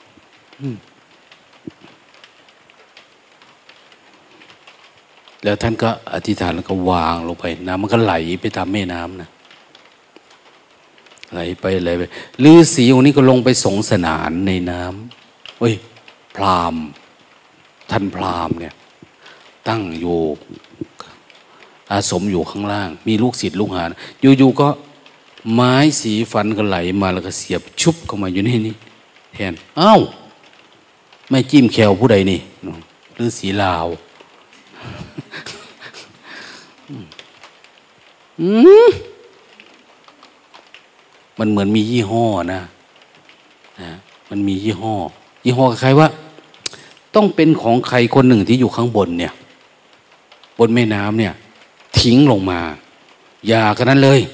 แล้วท่านก็อธิษฐานแล้วก็วางลงไปน้ำมันก็ไหลไปตามแม่น้ำนะไหลไปไหลไปฤาษีองค์นี้ก็ลงไปสงสนานในน้ำเฮ้ยพราหมณ์ท่านพราหมณ์เนี่ยตั้งอยู่อาสมอยู่ข้างล่างมีลูกศิษย์ลูกหาอยู่ๆก็ไม้สีฟันก็ไหลมาแล้วก็เสียบชุบเข้ามาอยู่นี่นี่แทนอ้าวไม่จิ้มแควผู้ใดนี่ฤาษีลาวอืมมันเหมือนมียี่ห้อนะนะมันมียี่ห้อยี่ห้อใครว่าต้องเป็นของใครคนหนึ่งที่อยู่ข้างบนเนี่ยบนแม่น้ำเนี่ยทิ้งลงมาอย่ากันนั้นเลย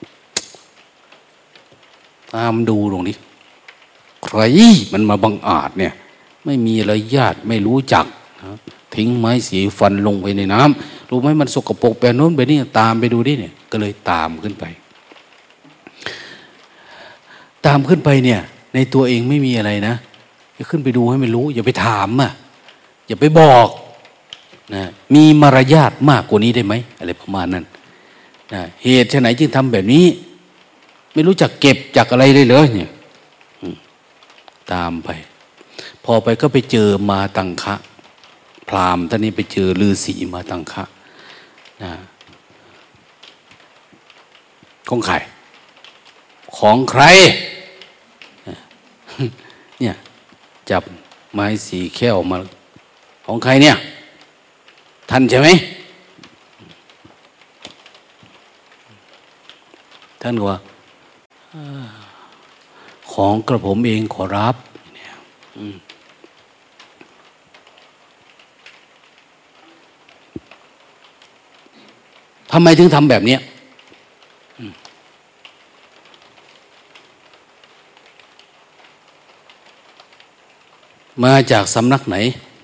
ตามดูตรงนี้ใครมันมาบังอาจเนี่ยไม่มีอะไรญาติไม่รู้จักนะทิ้งไม้สีฟันลงไปในน้ำรู้ไหมมันสกปรกแบบโน้นแบบนี้ตามไปดูดิเนี่ยก็เลยตามขึ้นไปตามขึ้นไปเนี่ยในตัวเองไม่มีอะไรนะจะขึ้นไปดูให้มันรู้อย่าไปถามอ่ะอย่าไปบอกนะมีมารยาทมากกว่านี้ได้ไหมอะไรประมาณนั้นนะเหตุไหนจึงทำแบบนี้ไม่รู้จักเก็บจักอะไรเลยเหรอเนี่ยตามไปพอไปก็ไปเจอมาตังคะพราหมณ์ท่านนี้ไปเจอฤาษีมาตังคะนะของใครของใครเนี่ยจับไม้สีแข้วมาของใครเนี่ยท่านใช่ไหมท่านว่าของกระผมเองขอรับเนี่ยทำไมถึงทำแบบนี้มาจากสำนักไหน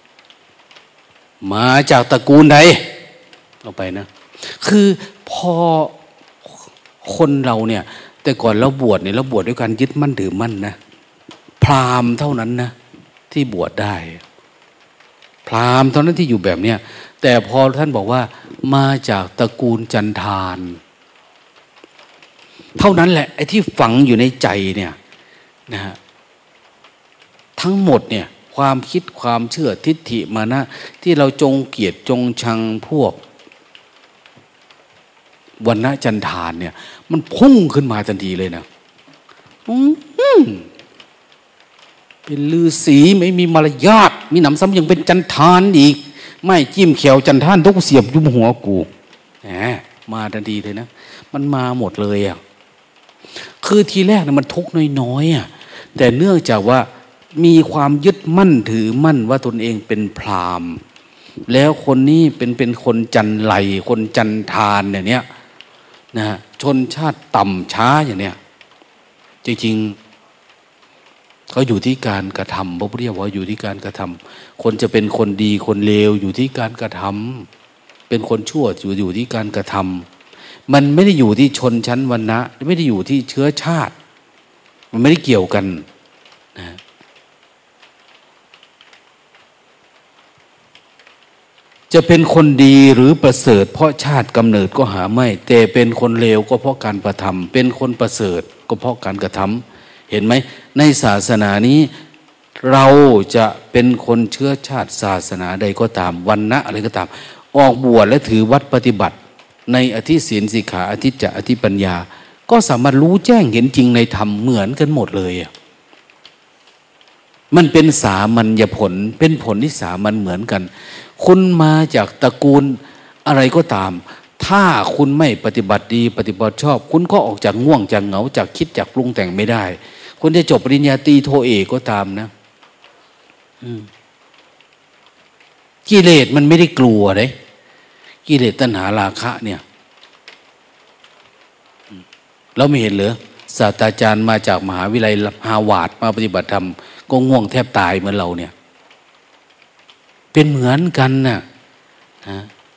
มาจากตระกูลใดเอาไปนะคือพอคนเราเนี่ยแต่ก่อนเราบวชเนี่ยเราบวชด้วยการยึดมั่นถือมั่นนะพราหมณ์เท่านั้นนะที่บวชได้พราหมณ์เท่านั้นที่อยู่แบบเนี้ยแต่พอท่านบอกว่ามาจากตระกูลจันทานเท่านั้นแหละไอ้ที่ฝังอยู่ในใจเนี่ยนะฮะทั้งหมดเนี่ยความคิดความเชื่อทิฏฐิมานะที่เราจงเกลียดจงชังพวกวรรณะจันทานเนี่ยมันพุ่งขึ้นมาทันทีเลยนะเป็นฤาษีไม่มีมารยาทมีหนำซ้ำยังเป็นจันทานอีกไม่จิ้มแขวจันทานทุกเสียบยุบหัวกูแหมมาทันทีเลยนะมันมาหมดเลยอ่ะคือทีแรกนะมันทุกน้อยๆอ่ะแต่เนื่องจากว่ามีความยึดมั่นถือมั่นว่าตนเองเป็นพราหมณ์แล้วคนนี้เป็นเป็นคนจันไรคนจันทานเนี่ยนะชนชาติต่ำช้าอย่างเนี้ยจริงๆเขาอยู่ที่การกระทำพระพุทธเจ้าว่าอยู่ที่การกระทำคนจะเป็นคนดีคนเลวอยู่ที่การกระทำเป็นคนชั่วอยู่อยู่ที่การกระทำมันไม่ได้อยู่ที่ชนชั้นวรรณะไม่ได้อยู่ที่เชื้อชาติมันไม่ได้เกี่ยวกันนะจะเป็นคนดีหรือประเสริฐเพราะชาติกำเนิดก็หาไม่แต่เป็นคนเลวก็เพราะการกระทำเป็นคนประเสริฐก็เพราะการกระทำเห็นไหมในศาสนานี้เราจะเป็นคนเชื้อชาติศาสนาใดก็ตามวรรณะอะไรก็ตามออกบวชและถือวัดปฏิบัติในอธิศีลสิกขาอธิจจะอธิปัญญาก็สามารถรู้แจ้งเห็นจริงในธรรมเหมือนกันหมดเลยมันเป็นสามัญญผลเป็นผลที่สามัญเหมือนกันคุณมาจากตระกูลอะไรก็ตามถ้าคุณไม่ปฏิบัติดีปฏิบัติชอบคุณก็ออกจากง่วงจากเหงาจากคิดจากปรุงแต่งไม่ได้คุณจะจบปริญญาตรีโทเอกก็ตามนะกิเลสมันไม่ได้กลัวเลยกิเลสตัณหาราคะเนี่ยเราไม่เห็นเหรอศาสตราจารย์มาจากมหาวิทยาลัยฮาร์วาร์ดมาปฏิบัติธรรมก็ง่วงแทบตายเหมือนเราเนี่ยเป็นเหมือนกันน่ะนะ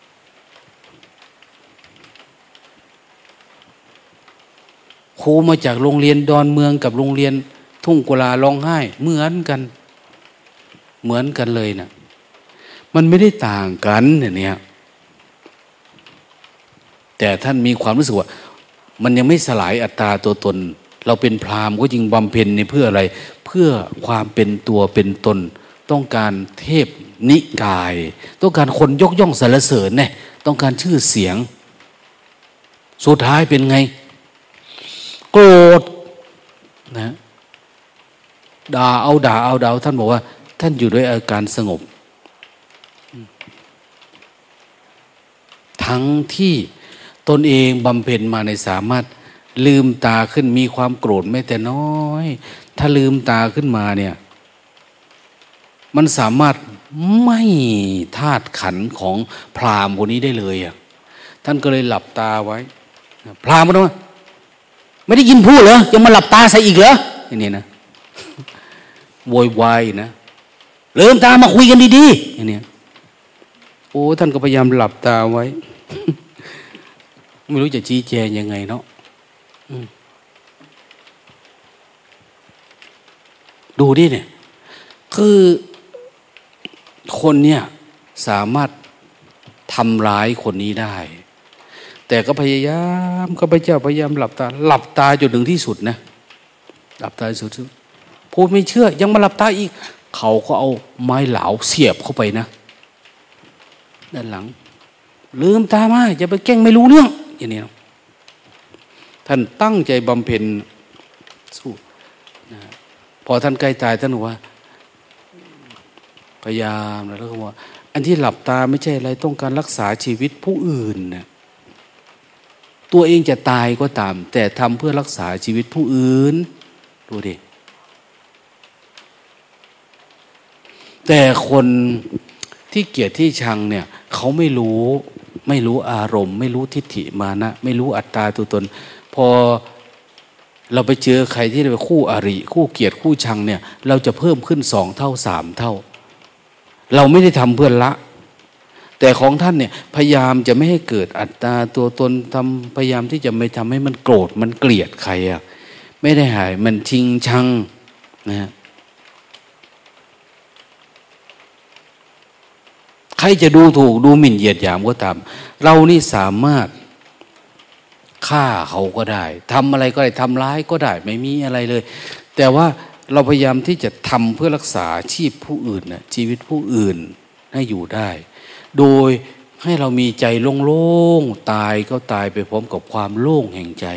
ครูมาจากโรงเรียนดอนเมืองกับโรงเรียนทุ่งกุลาร้องไห้เหมือนกันเหมือนกันเลยนะมันไม่ได้ต่างกันเนี่ยแต่ท่านมีความรู้สึกว่ามันยังไม่สลายอัตตาตัวตนเราเป็นพราหมณ์ก็จริงบำเพ็ญในเพื่ออะไรเพื่อความเป็นตัวเป็นตนต้องการเทพนิกายต้องการคนยกย่องสรรเสริญเนี่ยต้องการชื่อเสียงสุดท้ายเป็นไงโกรธนะด่าเอาด่าเอาด่าท่านบอกว่าท่านอยู่ด้วยอาการสงบทั้งที่ตนเองบำเพ็ญมาในสามารถลืมตาขึ้นมีความโกรธไม่แต่น้อยถ้าลืมตาขึ้นมาเนี่ยมันสามารถไม่ธาตุขันธ์ของพราหมณ์คนนี้ได้เลยอ่ะท่านก็เลยหลับตาไว้พราหมณ์บอกว่าไม่ได้ยินพูดเหรอยังมาหลับตาใส่อีกเหรออย่างนี้นะโวยวายนะเริ่มตามาคุยกันดีๆอย่างนี้โอ้ท่านก็พยายามหลับตาไว้ ไม่รู้จะชี้แจงยังไงเนาะดูดิเนี่ยคือคนเนี่ยสามารถทำร้ายคนนี้ได้แต่ก็พยายามก็พระเจ้าพยายามหลับตาหลับตาจนถึงที่สุดนะหลับตาสุดผกูไม่เชื่อยังมาหลับตาอีกเขาก็เอาไม้เหลาเสียบเข้าไปนะด้านหลังลืมตามาอย่าไปแกล้งไม่รู้เรื่องอย่างนี้ท่านตั้งใจบำเพ็ญสู้นะพอท่านใกล้ตายท่านบอกว่าพยายามแล้วก็ว่าอันที่หลับตาไม่ใช่อะไรต้องการรักษาชีวิตผู้อื่นนะตัวเองจะตายก็ตามแต่ทำเพื่อรักษาชีวิตผู้อื่นดูดิแต่คนที่เกลียดที่ชังเนี่ยเขาไม่รู้ไม่รู้อารมณ์ไม่รู้ทิฏฐิมานะไม่รู้อัตตาตัวตนพอเราไปเจอใครที่เป็นคู่อริคู่เกลียดคู่ชังเนี่ยเราจะเพิ่มขึ้นสองเท่าสามเท่าเราไม่ได้ทำเพื่อละแต่ของท่านเนี่ยพยายามจะไม่ให้เกิดอัตตาตัวตนทำพยายามที่จะไม่ทำให้มันโกรธมันเกลียดใครอ่ะไม่ได้หายมันชิงชังนะใครจะดูถูกดูหมิ่นเหยียดหยามก็ตามเรานี่สามารถฆ่าเขาก็ได้ทำอะไรก็ได้ทำร้ายก็ได้ไม่มีอะไรเลยแต่ว่าเราพยายามที่จะทำเพื่อรักษาชีพผู้อื่นนะชีวิตผู้อื่นให้อยู่ได้โดยให้เรามีใจโล่งๆตายก็ตายไปพร้อมกับความโล่งแห่งใจ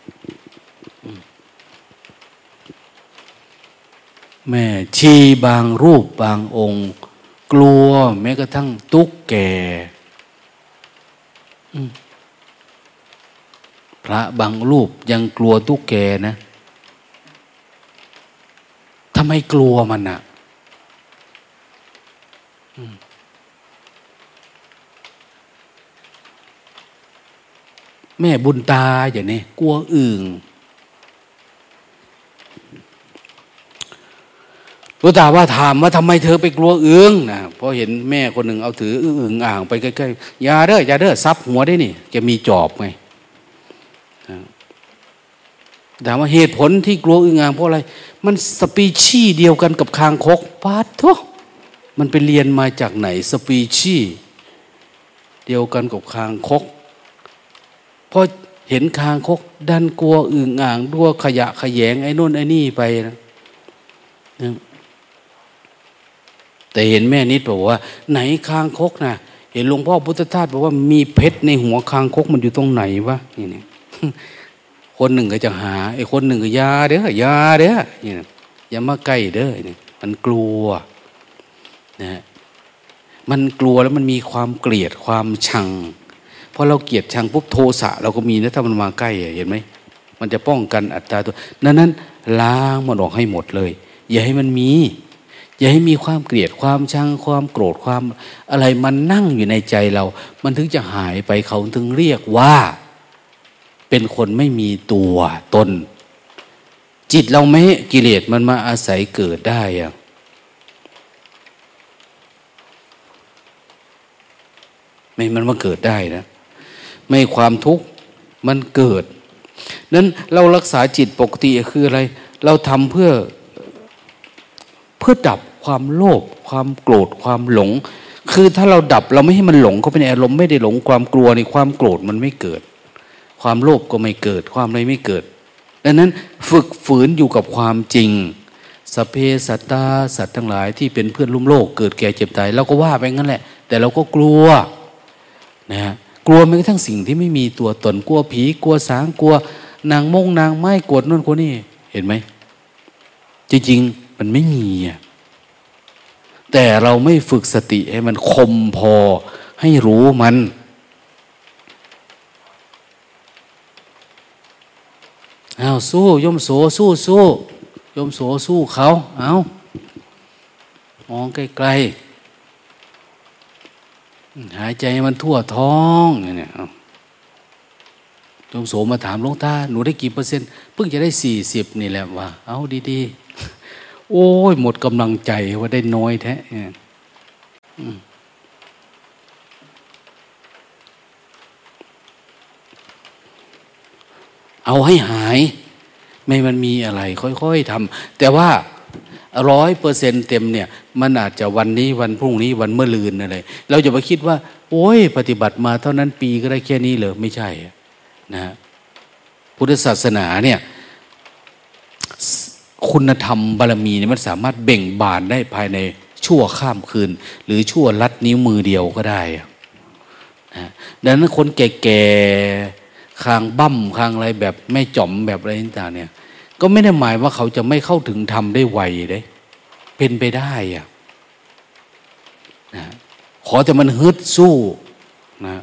แม่ชีบางรูปบางองค์กลัวแม้กระทั่งตุ๊กแกพระบางรูปยังกลัวตุ๊กแกนะทำไมกลัวมันอ่ะแม่บุญตาอย่างนี้กลัวอึ่งหลวงตาว่าถามว่าทำไมเธอไปกลัวอึ่งนะเพราะเห็นแม่คนหนึ่งเอาถืออึ่งอ่างไปใกล้ๆอย่าเด้ออย่าเด้อซับหัวได้นี่แกมีจอบไงถามว่าเหตุผลที่กลัวอึ่งอ่างเพราะอะไรมันสปีชีส์เดียวกันกับคางคกปาดทุกมันไปเรียนมาจากไหนสปีชีส์เดียวกันกับคางคกพอเห็นคางคกดันกลัวอึ่งอ่างดัวขยะขยงไอ้นู่นไอ้นี่ไปนะแต่เห็นแม่นิดบอกว่าไหนคางคกนะเห็นหลวงพ่อพุทธทาสบอกว่ามีเพชรในหัวคางคกมันอยู่ตรงไหนวะนี่นี่คนหนึ่งก็จะหาไอ้คนหนึ่งก็ยาเด้อยาเด้อนี่อย่ามาใกล้เด้อนี่มันกลัวนะมันกลัวแล้วมันมีความเกลียดความชังพอเราเกลียดชังปุ๊บโทสะเราก็มีนะถ้ามันมาใกล้เห็นไหมมันจะป้องกันอัตตาตัวนั้นนั้นล้างมันออกให้หมดเลยอย่าให้มันมีอย่าให้มีความเกลียดความชังความโกรธความอะไรมันนั่งอยู่ในใจเรามันถึงจะหายไปเขาถึงเรียกว่าเป็นคนไม่มีตัวตนจิตเราไม่กิเลสมันมาอาศัยเกิดได้อะไม่มันมาเกิดได้นะไม่ความทุกข์มันเกิดนั้นเรารักษาจิตปกติคืออะไรเราทำเพื่อเพื่อดับความโลภความโกรธความหลงคือถ้าเราดับเราไม่ให้มันหลงเข้าไปในอารมณ์ไม่ได้หลงความกลัวในความโกรธมันไม่เกิดความโลภก็ไม่เกิดความอะไรไม่เกิดดังนั้นฝึกฝืนอยู่กับความจริงสัพเพสัตตาสัตว์ทั้งหลายที่เป็นเพื่อนร่วมโลกเกิดแก่เจ็บตายเราก็ว่าไปงั้นแหละแต่เราก็กลัวนะฮะกลัวแม้กระทั่งสิ่งที่ไม่มีตัวตนกลัวผีกลัวสางกลัวนางมงนางไม้กวดนู่นกลัวนี่เห็นไหมจริงๆมันไม่มีแต่เราไม่ฝึกสติให้มันคมพอให้รู้มันเอาสู้ยมโสสู้สู้ยมโสสู้เขาเอามองไกลๆหายใจมันทั่วท้องเนี่ยยมโสมาถามหลวงตาหนูได้กี่เปอร์เซ็นต์เพิ่งจะได้สี่สิบนี่แหละว่าเอาดีๆโอ้ยหมดกำลังใจว่าได้น้อยแท้เอาให้หายไม่มันมีอะไรค่อยๆทำแต่ว่าร้อยเปอร์เซ็นต์เต็มเนี่ยมันอาจจะวันนี้วันพรุ่งนี้วันเมื่อลืนอะไรเราจะไปคิดว่าโอ้ยปฏิบัติมาเท่านั้นปีก็ได้แค่นี้เลยไม่ใช่นะพุทธศาสนาเนี่ยคุณธรรมบารมีเนี่ยมันสามารถเบ่งบานได้ภายในชั่วข้ามคืนหรือชั่วลัดนิ้วมือเดียวก็ได้นะดังนั้นคนแก่ๆคางบั้มคางอะไรแบบไม่จ่อมแบบอะไรต่างๆเนี่ยก็ไม่ได้หมายว่าเขาจะไม่เข้าถึงธรรมได้ไวเลยเป็นไปได้อะนะขอแต่มันฮึดสู้นะ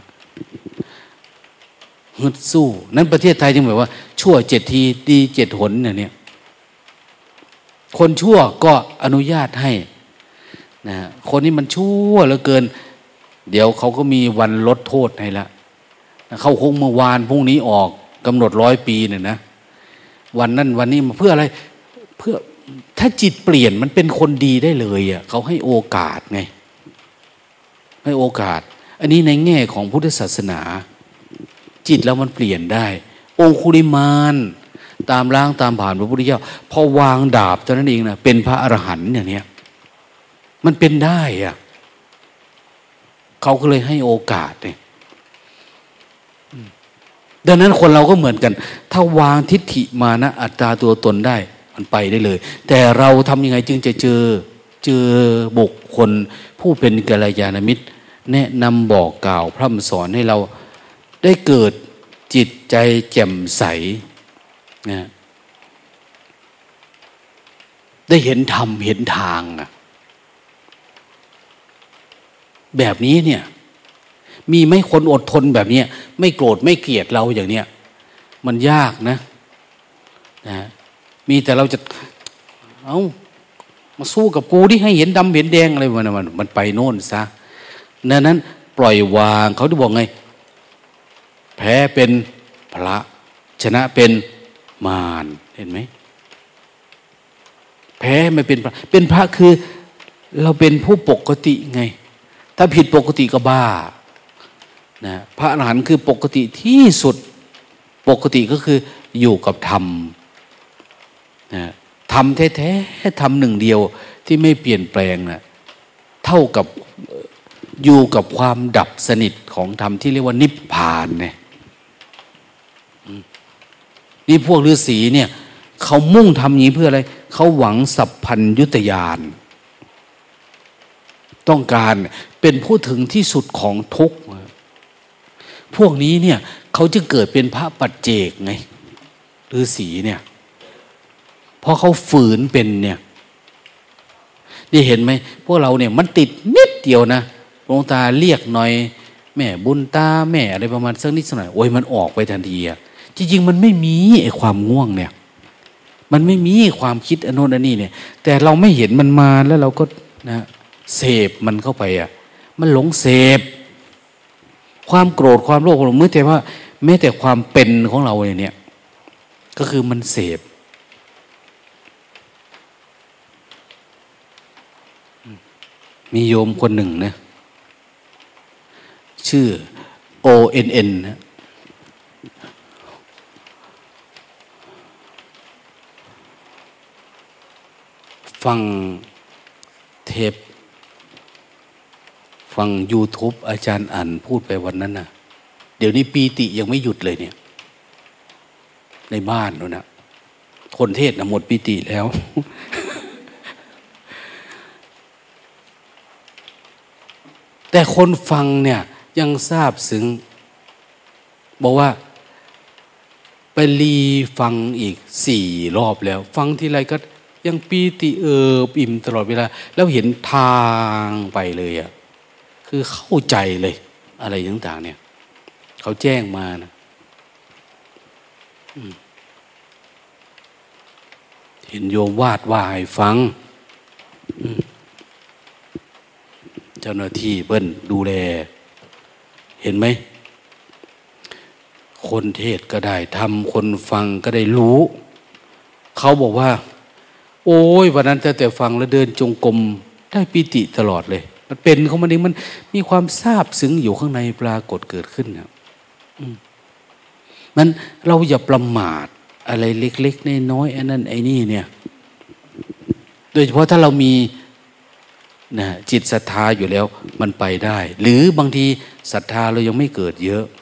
ฮึดสู้นั้นประเทศไทยจึงแบบว่าชั่วเจ็ดทีดีเจ็ดหนเนี่ยคนชั่วก็อนุญาตให้นะคนนี้มันชั่วเหลือเกินเดี๋ยวเขาก็มีวันลดโทษให้ละเข้าคุกเมื่อวานพรุ่งนี้ออกกำหนดร้อยปีเนี่ยนะวันนั้นวันนี้มาเพื่ออะไรเพื่อถ้าจิตเปลี่ยนมันเป็นคนดีได้เลยอ่ะเขาให้โอกาสไงให้โอกาสอันนี้ในแง่ของพุทธศาสนาจิตแล้วมันเปลี่ยนได้องคุลิมานตามล้างตามผ่านพระพุทธเจ้าพอวางดาบเท่านั้นเองนะเป็นพระอรหันต์อย่างเนี้ยมันเป็นได้อ่ะเขาก็เลยให้โอกาสเนี่ยดังนั้นคนเราก็เหมือนกันถ้าวางทิฏฐิมานะอัตตาตัวตนได้มันไปได้เลยแต่เราทำยังไงจึงจะเจอเจอบุคคลผู้เป็นกัลยาณมิตรแนะนำบอกกล่าวพร่ำสอนให้เราได้เกิดจิตใจแจ่มใสนะได้เห็นธรรมเห็นทางอะแบบนี้เนี่ยมีไหมคนอดทนแบบนี้ไม่โกรธไม่เกลียดเราอย่างเนี้ยมันยากนะนะมีแต่เราจะเอามาสู้กับกูที่ให้เห็นดำเห็นแดงอะไรมันมันมันไปโน่นซะดังนั้นปล่อยวางเขาที่บอกไงแพ้เป็นพระชนะเป็นมารเห็นไหมแพ้ไม่เป็นพระเป็นพระคือเราเป็นผู้ปกติไงถ้าผิดปกติก็บ้านะพระอรหันต์คือปกติที่สุดปกติก็คืออยู่กับธรรมนะธรรมแท้ๆธรรมหนึ่งเดียวที่ไม่เปลี่ยนแปลงนะเท่ากับอยู่กับความดับสนิทของธรรมที่เรียกว่านิพพานเนี่ยนี่พวกฤาษีเนี่ยเขามุ่งทำอย่างนี้เพื่ออะไรเขาหวังสัพพัญญุตญาณต้องการเป็นผู้ถึงที่สุดของทุกข์พวกนี้เนี่ยเขาจึงเกิดเป็นพระปัจเจกไงฤาษีเนี่ยเพราะเขาฝืนเป็นเนี่ยได้เห็นไหมพวกเราเนี่ยมันติดนิดเดียวนะหลวงตาเรียกหน่อยแม่บุญตาแม่อะไรประมาณสักนิดสักหน่อยโอ้ยมันออกไปทันทีอะจริงๆมันไม่มีไอ้ความง่วงเนี่ยมันไม่มีความคิดอนุนอันนี้เนี่ยแต่เราไม่เห็นมันมาแล้วเราก็นะเสพมันเข้าไปอ่ะมันหลงเสพความโกรธความโลภความหลงมือแต่ว่าแม้แต่ความเป็นของเราเนี่ยก็คือมันเสพมีโยมคนหนึ่งนะชื่อ โอ เอ็น เอ็น นะฟังเทปฟัง YouTube อาจารย์อ่านพูดไปวันนั้นน่ะเดี๋ยวนี้ปีติยังไม่หยุดเลยเนี่ยในบ้านนู่นนะคนเทศน่ะหมดปีติแล้ว แต่คนฟังเนี่ยยังทราบซึ้งบอกว่าไปรีฟังอีกสี่รอบแล้วฟังทีไรก็ยังปีติเอิบอิ่มตลอดเวลาแล้วเห็นทางไปเลยอ่ะคือเข้าใจเลยอะไรต่างๆเนี่ยเขาแจ้งมานะเห็นโยมวาดว่าให้ฟังเจ้าหน้าที่เบิ้ลดูแลเห็นไหมคนเทศก็ได้ทำคนฟังก็ได้รู้เขาบอกว่าโอ้ยวันนั้นแต่แต่ฟังแล้วเดินจงกรมได้ปิติตลอดเลยมันเป็นของมันเองมันมีความซาบซึ้งอยู่ข้างในปรากฏเกิดขึ้นนะมันเราอย่าประมาทอะไรเล็กๆน้อยๆไอ้นั่นไอ้นี่เนี่ยโดยเฉพาะถ้าเรามีนะจิตศรัทธาอยู่แล้วมันไปได้หรือบางทีศรัทธาเรายังไม่เกิดเยอะ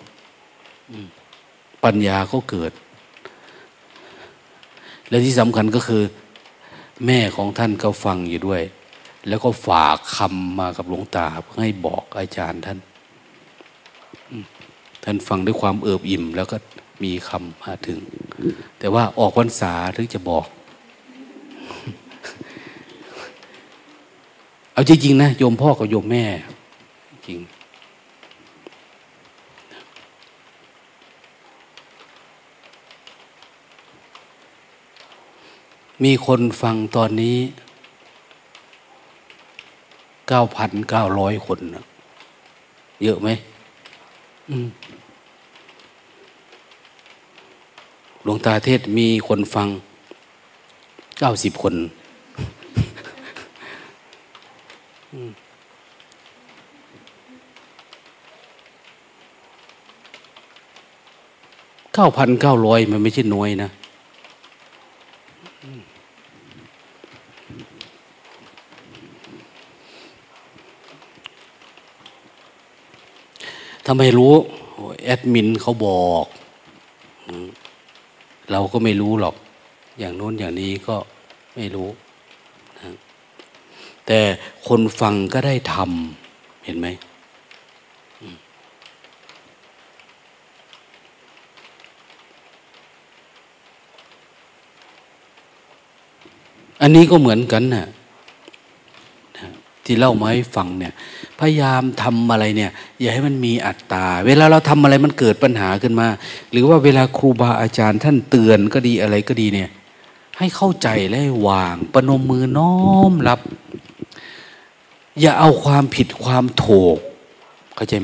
ปัญญาก็เกิดและที่สำคัญก็คือแม่ของท่านก็ฟังอยู่ด้วย แล้วก็ฝากคำมากับหลวงตาเพื่อให้บอกอาจารย์ท่านท่านฟังด้วยความเอิบอิ่มแล้วก็มีคำมาถึงแต่ว่าออกพรรษาถึงจะบอกเอาจริงๆนะโยมพ่อกับโยมแม่จริงมีคนฟังตอนนี้เก้าพันเก้าร้อยคนนะเยอะไหมหลวงตาเทศมีคนฟังเก้าสิบคนเก้าพันเก้าร้อยมันไม่ใช่น้อยนะทำไมรู้แอดมินเขาบอกเราก็ไม่รู้หรอกอย่างโน้นอย่างนี้ก็ไม่รู้นะแต่คนฟังก็ได้ทำเห็นไหมอันนี้ก็เหมือนกันน่ะที่เล่ามาให้ฟังเนี่ยพยายามทำอะไรเนี่ยอย่าให้มันมีอัตตาเวลาเราทำอะไรมันเกิดปัญหาขึ้นมาหรือว่าเวลาครูบาอาจารย์ท่านเตือนก็ดีอะไรก็ดีเนี่ยให้เข้าใจและวางประนมมือน้อมรับอย่าเอาความผิดความถูกเข้าใจไหม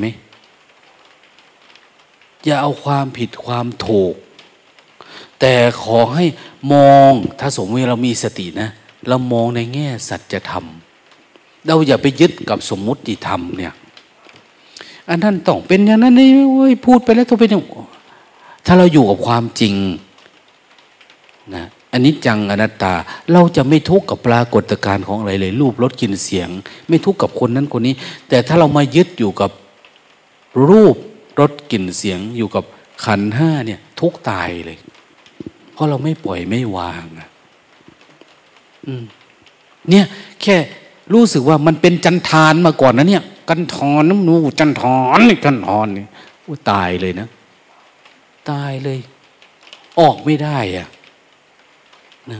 อย่าเอาความผิดความถูกแต่ขอให้มองถ้าสมมติเรามีสตินะเรามองในแง่สัจธรรมเราอย่าไปยึดกับสมมุติธรรมเนี่ยอันนั้นต้องเป็นอย่างนั้นนี่โอ้ยพูดไปแล้วต้องเป็นอย่างถ้าเราอยู่กับความจริงนะอันนี้จังอนัตตาเราจะไม่ทุกข์กับปรากฏการณ์ของอะไรเลยรูปรสกลิ่นเสียงไม่ทุกข์กับคนนั้นคนนี้แต่ถ้าเรามายึดอยู่กับรูปรสกลิ่นเสียงอยู่กับขันธ์ห้าเนี่ยทุกข์ตายเลยเพราะเราไม่ปล่อยไม่วางอ่ะอืมเนี่ยแค่รู้สึกว่ามันเป็นจันทานมาก่อนนะเนี่ยกันทอนน้ำนูจันทอนนี่กันทอนนี่อู้ตายเลยนะตายเลยออกไม่ได้อ่ะนะ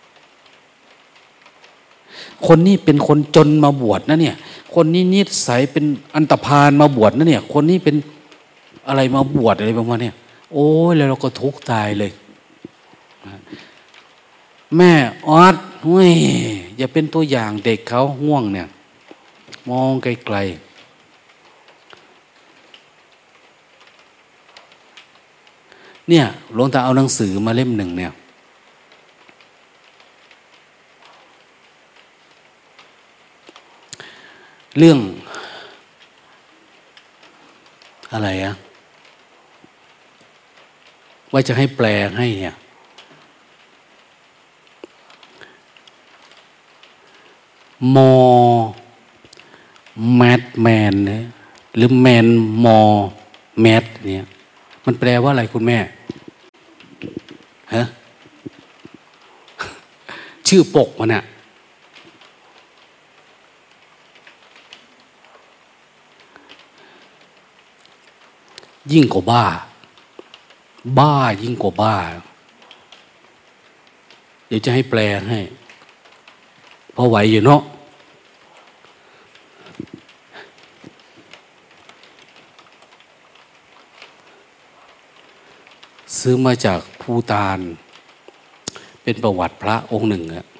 คนนี้เป็นคนจนมาบวชนะเนี่ยคนนี้นิสัยเป็นอันตพาลมาบวชนะเนี่ยคนนี้เป็นอะไรมาบวชอะไรประมาณนี้โอ้ยแล้วเราก็ทุกข์ตายเลยแม่ออดเฮ้ยอย่าเป็นตัวอย่างเด็กเขาง่วงเนี่ยมองไกลๆเนี่ยหลวงตาเอาหนังสือมาเล่มหนึ่งเนี่ยเรื่องอะไรอะว่าจะให้แปลให้เนี่ยมอแมทแมนเนี่ยหรือแมนมอแมทเนี่ยมันแปลว่าอะไรคุณแม่ฮะชื่อปกมันอะยิ่งกว่าบ้าบ้ายิ่งกว่าบ้าเดี๋ยวจะให้แปลให้พอไหวอยู่เนาะซื้อมาจากภูฏานเป็นประวัติพระองค์หนึ่งอะ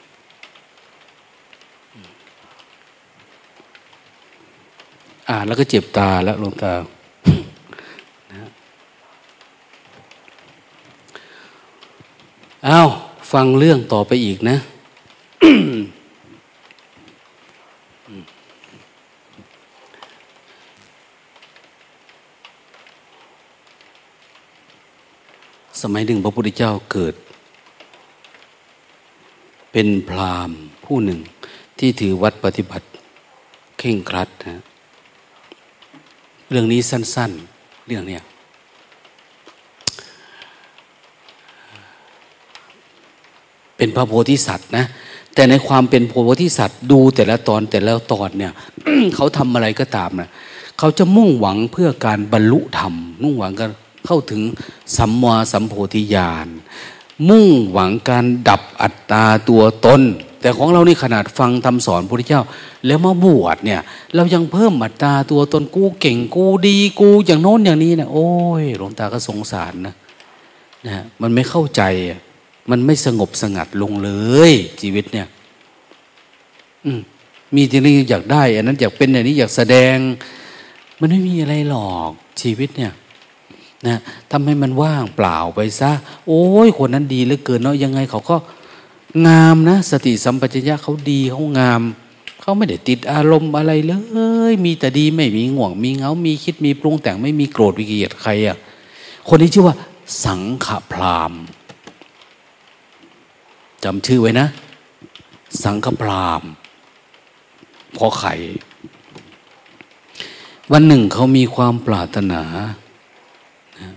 อ่านแล้วก็เจ็บตาแล้วหลวงตาอ้าวฟังเรื่องต่อไปอีกนะ สมัยหนึ่งพระพุทธเจ้าเกิดเป็นพราหมณ์ผู้หนึ่งที่ถือวัดปฏิบัติเคร่งครัดนะเรื่องนี้สั้นๆเรื่องเนี้ยเป็นพระโพธิสัตว์นะแต่ในความเป็นโพธิสัตว์ดูแต่ละตอนแต่ละตอนเนี่ย เขาทำอะไรก็ตามนะเขาจะมุ่งหวังเพื่อการบรรลุธรรมมุ่งหวังการเข้าถึงสัมมาสัมโพธิญาณมุ่งหวังการดับอัตตาตัวตนแต่ของเรานี่ขนาดฟังคำสอนพระพุทธเจ้าแล้วมาบวชเนี่ยเรายังเพิ่มอัตตาตัวตนกูเก่งกูดีกูอย่างโน้นอย่างนี้นะโอ้ยหลวงตาก็สงสารนะนะมันไม่เข้าใจมันไม่สงบสงัดลงเลยชีวิตเนี่ยอืมมีทีนี้อยากได้อันนั้นอยากเป็นอย่างนี้อยากแสดงมันไม่มีอะไรหรอกชีวิตเนี่ยนะทำให้มันว่างเปล่าไปซะโอ้ยคนนั้นดีเหลือเกินเนาะยังไงเขาก็งามนะสติสัมปชัญญะเขาดีเขางามเขาไม่ได้ติดอารมณ์อะไรเลยมีแต่ดีไม่มีง่วงมีเงามีคิดมีปรุงแต่งไม่มีโกรธวิเกียจใครอ่ะคนนี้ชื่อว่าสังฆพราหมณ์จำชื่อไว้นะสังฆพราหมณ์พอไข่วันหนึ่งเขามีความปรารถนานะ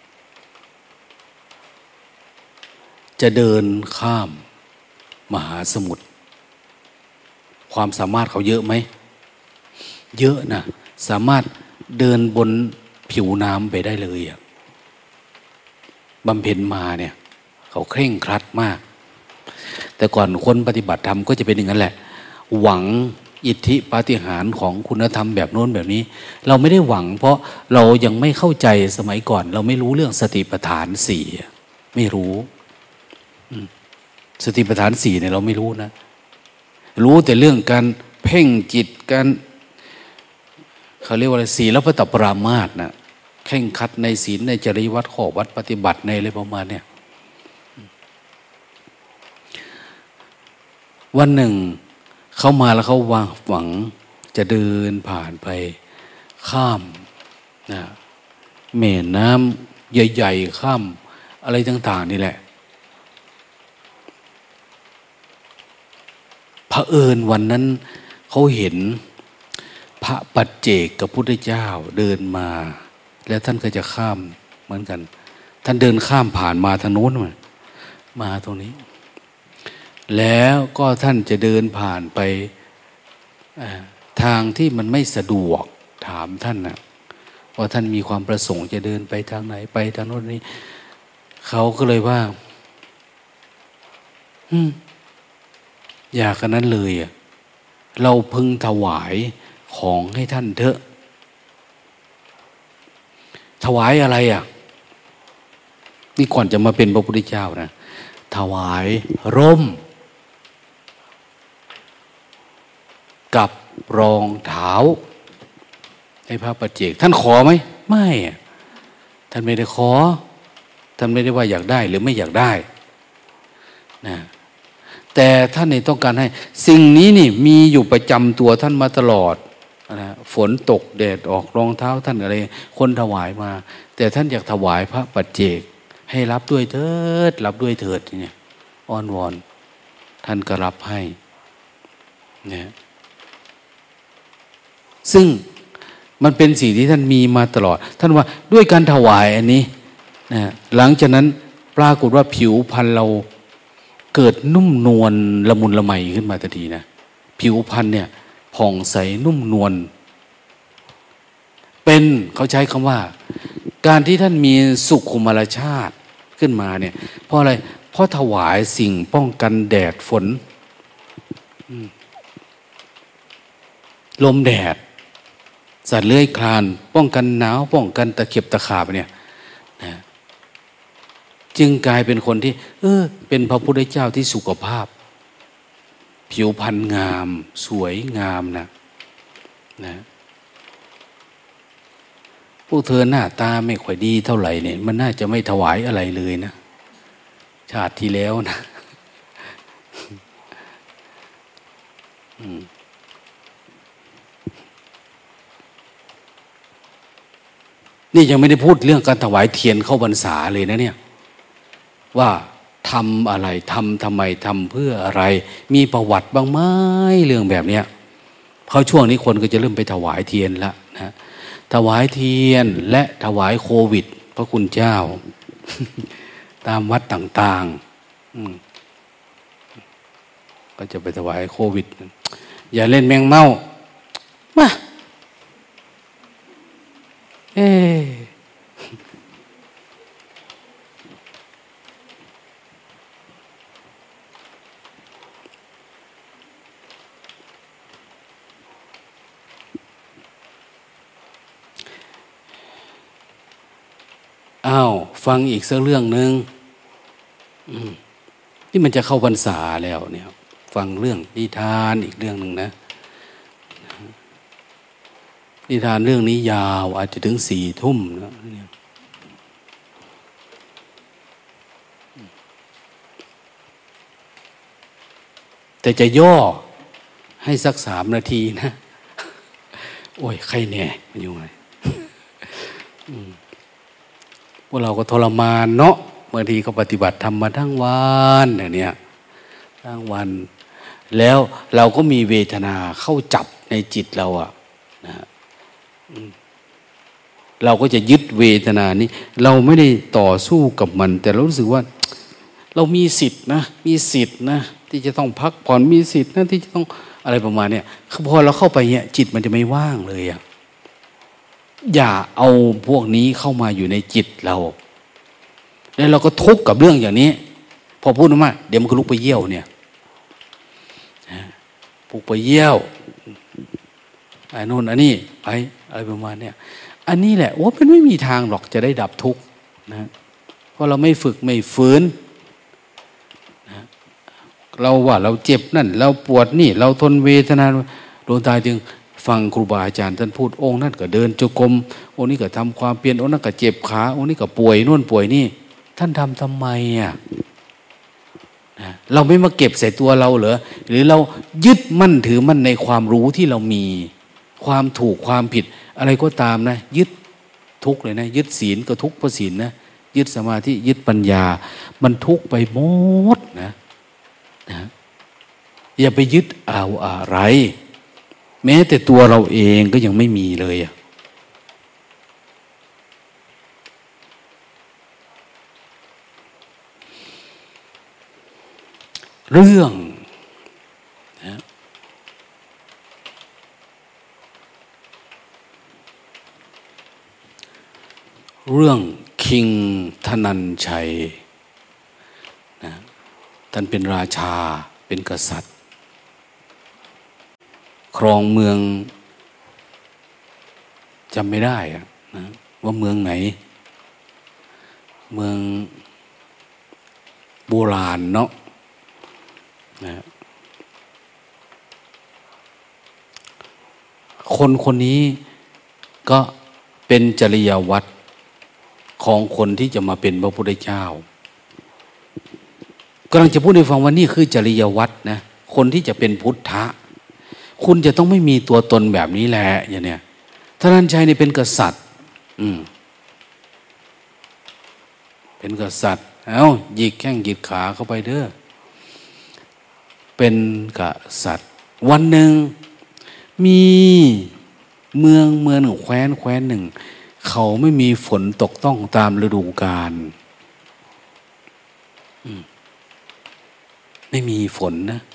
จะเดินข้ามมหาสมุทรความสามารถเขาเยอะไหมเยอะนะสามารถเดินบนผิวน้ำไปได้เลยอ่ะบำเพ็ญมาเนี่ยเขาเคร่งครัดมากแต่ก่อนคนปฏิบัติธรรมก็จะเป็นอย่างนั้นแหละหวังอิทธิปาฏิหาริย์ของคุณธรรมแบบโน้นแบบนี้เราไม่ได้หวังเพราะเรายังไม่เข้าใจสมัยก่อนเราไม่รู้เรื่องสติปัฏฐานสี่ไม่รู้สติปัฏฐานสี่เนี่ยเราไม่รู้นะรู้แต่เรื่องการเพ่งจิตการเขาเรียกว่าอะไรศีลพระตปรามาสนะเข่งคัดในศีลในจริยวัตรข้อวัดปฏิบัติในอะไรประมาณเนี่ยวันหนึ่งเขามาแล้วเขาวางหวังจะเดินผ่านไปข้ามนะแม่น้ำใหญ่ๆข้ามอะไรต่างๆนี่แหละเผอิญวันนั้นเขาเห็นพระปัจเจกกับพุทธเจ้าเดินมาแล้วท่านก็จะข้ามเหมือนกันท่านเดินข้ามผ่านมาทางโน้นมามาตรงนี้แล้วก็ท่านจะเดินผ่านไปทางที่มันไม่สะดวกถามท่านนะว่าท่านมีความประสงค์จะเดินไปทางไหนไปทางโน้นนี้เขาก็เลยว่าอืมอยากกันนั้นเลยอ่ะเราพึงถวายของให้ท่านเถอะถวายอะไรอ่ะนี่ก่อนจะมาเป็นพระพุทธเจ้านะถวายร่มกับรองเท้าให้พระปัจเจกท่านขอไหมไม่ท่านไม่ได้ขอท่านไม่ได้ว่าอยากได้หรือไม่อยากได้นะแต่ท่านนี่ต้องการให้สิ่งนี้นี่มีอยู่ประจำตัวท่านมาตลอดนะฝนตกแดดออกรองเท้าท่านอะไรคนถวายมาแต่ท่านอยากถวายพระปัจเจกให้รับด้วยเถิดรับด้วยเถิดเนี่ยอ้อนวอนท่านก็รับให้เนี่ยซึ่งมันเป็นสิ่งที่ท่านมีมาตลอดท่านว่าด้วยการถวายอันนี้นะหลังจากนั้นปรากฏว่าผิวพรรณเราเกิดนุ่มนวลละมุนละไมขึ้นมาทันทีนะผิวพรรณเนี่ยผ่องใสนุ่มนวลเป็นเขาใช้คำว่าการที่ท่านมีสุขุมารชาติขึ้นมาเนี่ยเพราะอะไรเพราะถวายสิ่งป้องกันแดดฝนลมแดดสัตว์เลื้อยคลานป้องกันหนาวป้องกันตะเข็บตะขาบเนี่ยนะจึงกลายเป็นคนที่เออเป็นพระพุทธเจ้าที่สุขภาพผิวพรรณงามสวยงามนะนะพวกเธอหน้าตาไม่ค่อยดีเท่าไหร่เนี่ยมันน่าจะไม่ถวายอะไรเลยนะชาติที่แล้วนะนี่ยังไม่ได้พูดเรื่องการถวายเทียนเข้าพรรษาเลยนะเนี่ยว่าทำอะไรทำทำไมทำเพื่ออะไรมีประวัติบ้างไหมเรื่องแบบเนี้ยเพราะช่วงนี้คนก็จะเริ่มไปถวายเทียนละนะถวายเทียนและถวายโควิดพระคุณเจ้า ตามวัดต่างๆก็จะไปถวายโควิดอย่าเล่นแมงเม่ามาเอ๊อ้าวฟังอีกสักเรื่องหนึ่งที่มันจะเข้าพรรษาแล้วเนี่ยฟังเรื่องนิทานอีกเรื่องหนึ่งนะนิทานเรื่องนี้ยาวอาจจะถึงสี่ทุ่มนะแต่จะย่อให้สักสามนาทีนะโอ้ยใครแน่มันอยู่ไงพวกเราก็ทรมานเนาะบางทีก็ปฏิบัติธรรมมาทั้งวันอย่างเนี้ยทั้งวันแล้วเราก็มีเวทนาเข้าจับในจิตเราอะนะเราก็จะยึดเวทนานี้เราไม่ได้ต่อสู้กับมันแต่เรารู้สึกว่าเรามีสิทธินะมีสิทธินะที่จะต้องพักผ่อนมีสิทธินะที่จะต้องอะไรประมาณเนี้ยพอเราเข้าไปเนี่ยจิตมันจะไม่ว่างเลยอะอย่าเอาพวกนี้เข้ามาอยู่ในจิตเราแล้วเราก็ทุกข์กับเรื่องอย่างนี้พอพูดออกมาเดี๋ยวมันก็ลุกไปเยี่ยวเนี่ยลุกไปเยี่ยวไอ้นู่นอันนี้ไปอะไรประมาณเนี้ยอันนี้แหละว่ามันไม่มีทางหรอกจะได้ดับทุกข์นะเพราะเราไม่ฝึกไม่ฝืนนะเราว่าเราเจ็บนั่นเราปวดนี่เราทนเวทนาดวงตาจึงฟังครูบาอาจารย์ท่านพูดองค์นั่นก็เดินจงกรมองค์นี้ก็ทำความเพียรองค์นั้นก็เจ็บขาองค์นี้ก็ป่วยนู่นป่วยนี่ท่านทำทำไมอ่ะนะเราไม่มาเก็บใส่ตัวเราเหรอหรือเรายึดมั่นถือมั่นในความรู้ที่เรามีความถูกความผิดอะไรก็ตามนะยึดทุกข์เลยนะยึดศีลก็ทุกข์เพราะศีลนะยึดสมาธิยึดปัญญามันทุกข์ไปหมดนะนะอย่าไปยึดเอาอะไรแม้แต่ตัวเราเองก็ยังไม่มีเลยอะเรื่องนะเรื่องคิงธนัญชัยนะท่านเป็นราชาเป็นกษัตริย์ครองเมืองจำไม่ได้อะนะว่าเมืองไหนเมืองโบราณเนาะนะคนคนนี้ก็เป็นจริยวัตรของคนที่จะมาเป็นพระพุทธเจ้ากำลังจะพูดให้ฟังว่านี่คือจริยวัตรนะคนที่จะเป็นพุทธะคุณจะต้องไม่มีตัวตนแบบนี้แหละอย่างเนี้ยท่านนันชัยนี่เป็นกษัตริย์อืมเป็นกษัตริย์เอ้าหยิกแข้งหยิกขาเข้าไปเด้อเป็นกษัตริย์วันหนึ่งมีเมืองเมืองหนึ่งแคว้นแคว้นหนึ่งเขาไม่มีฝนตกต้องตามฤดูกาลไม่มีฝนนะ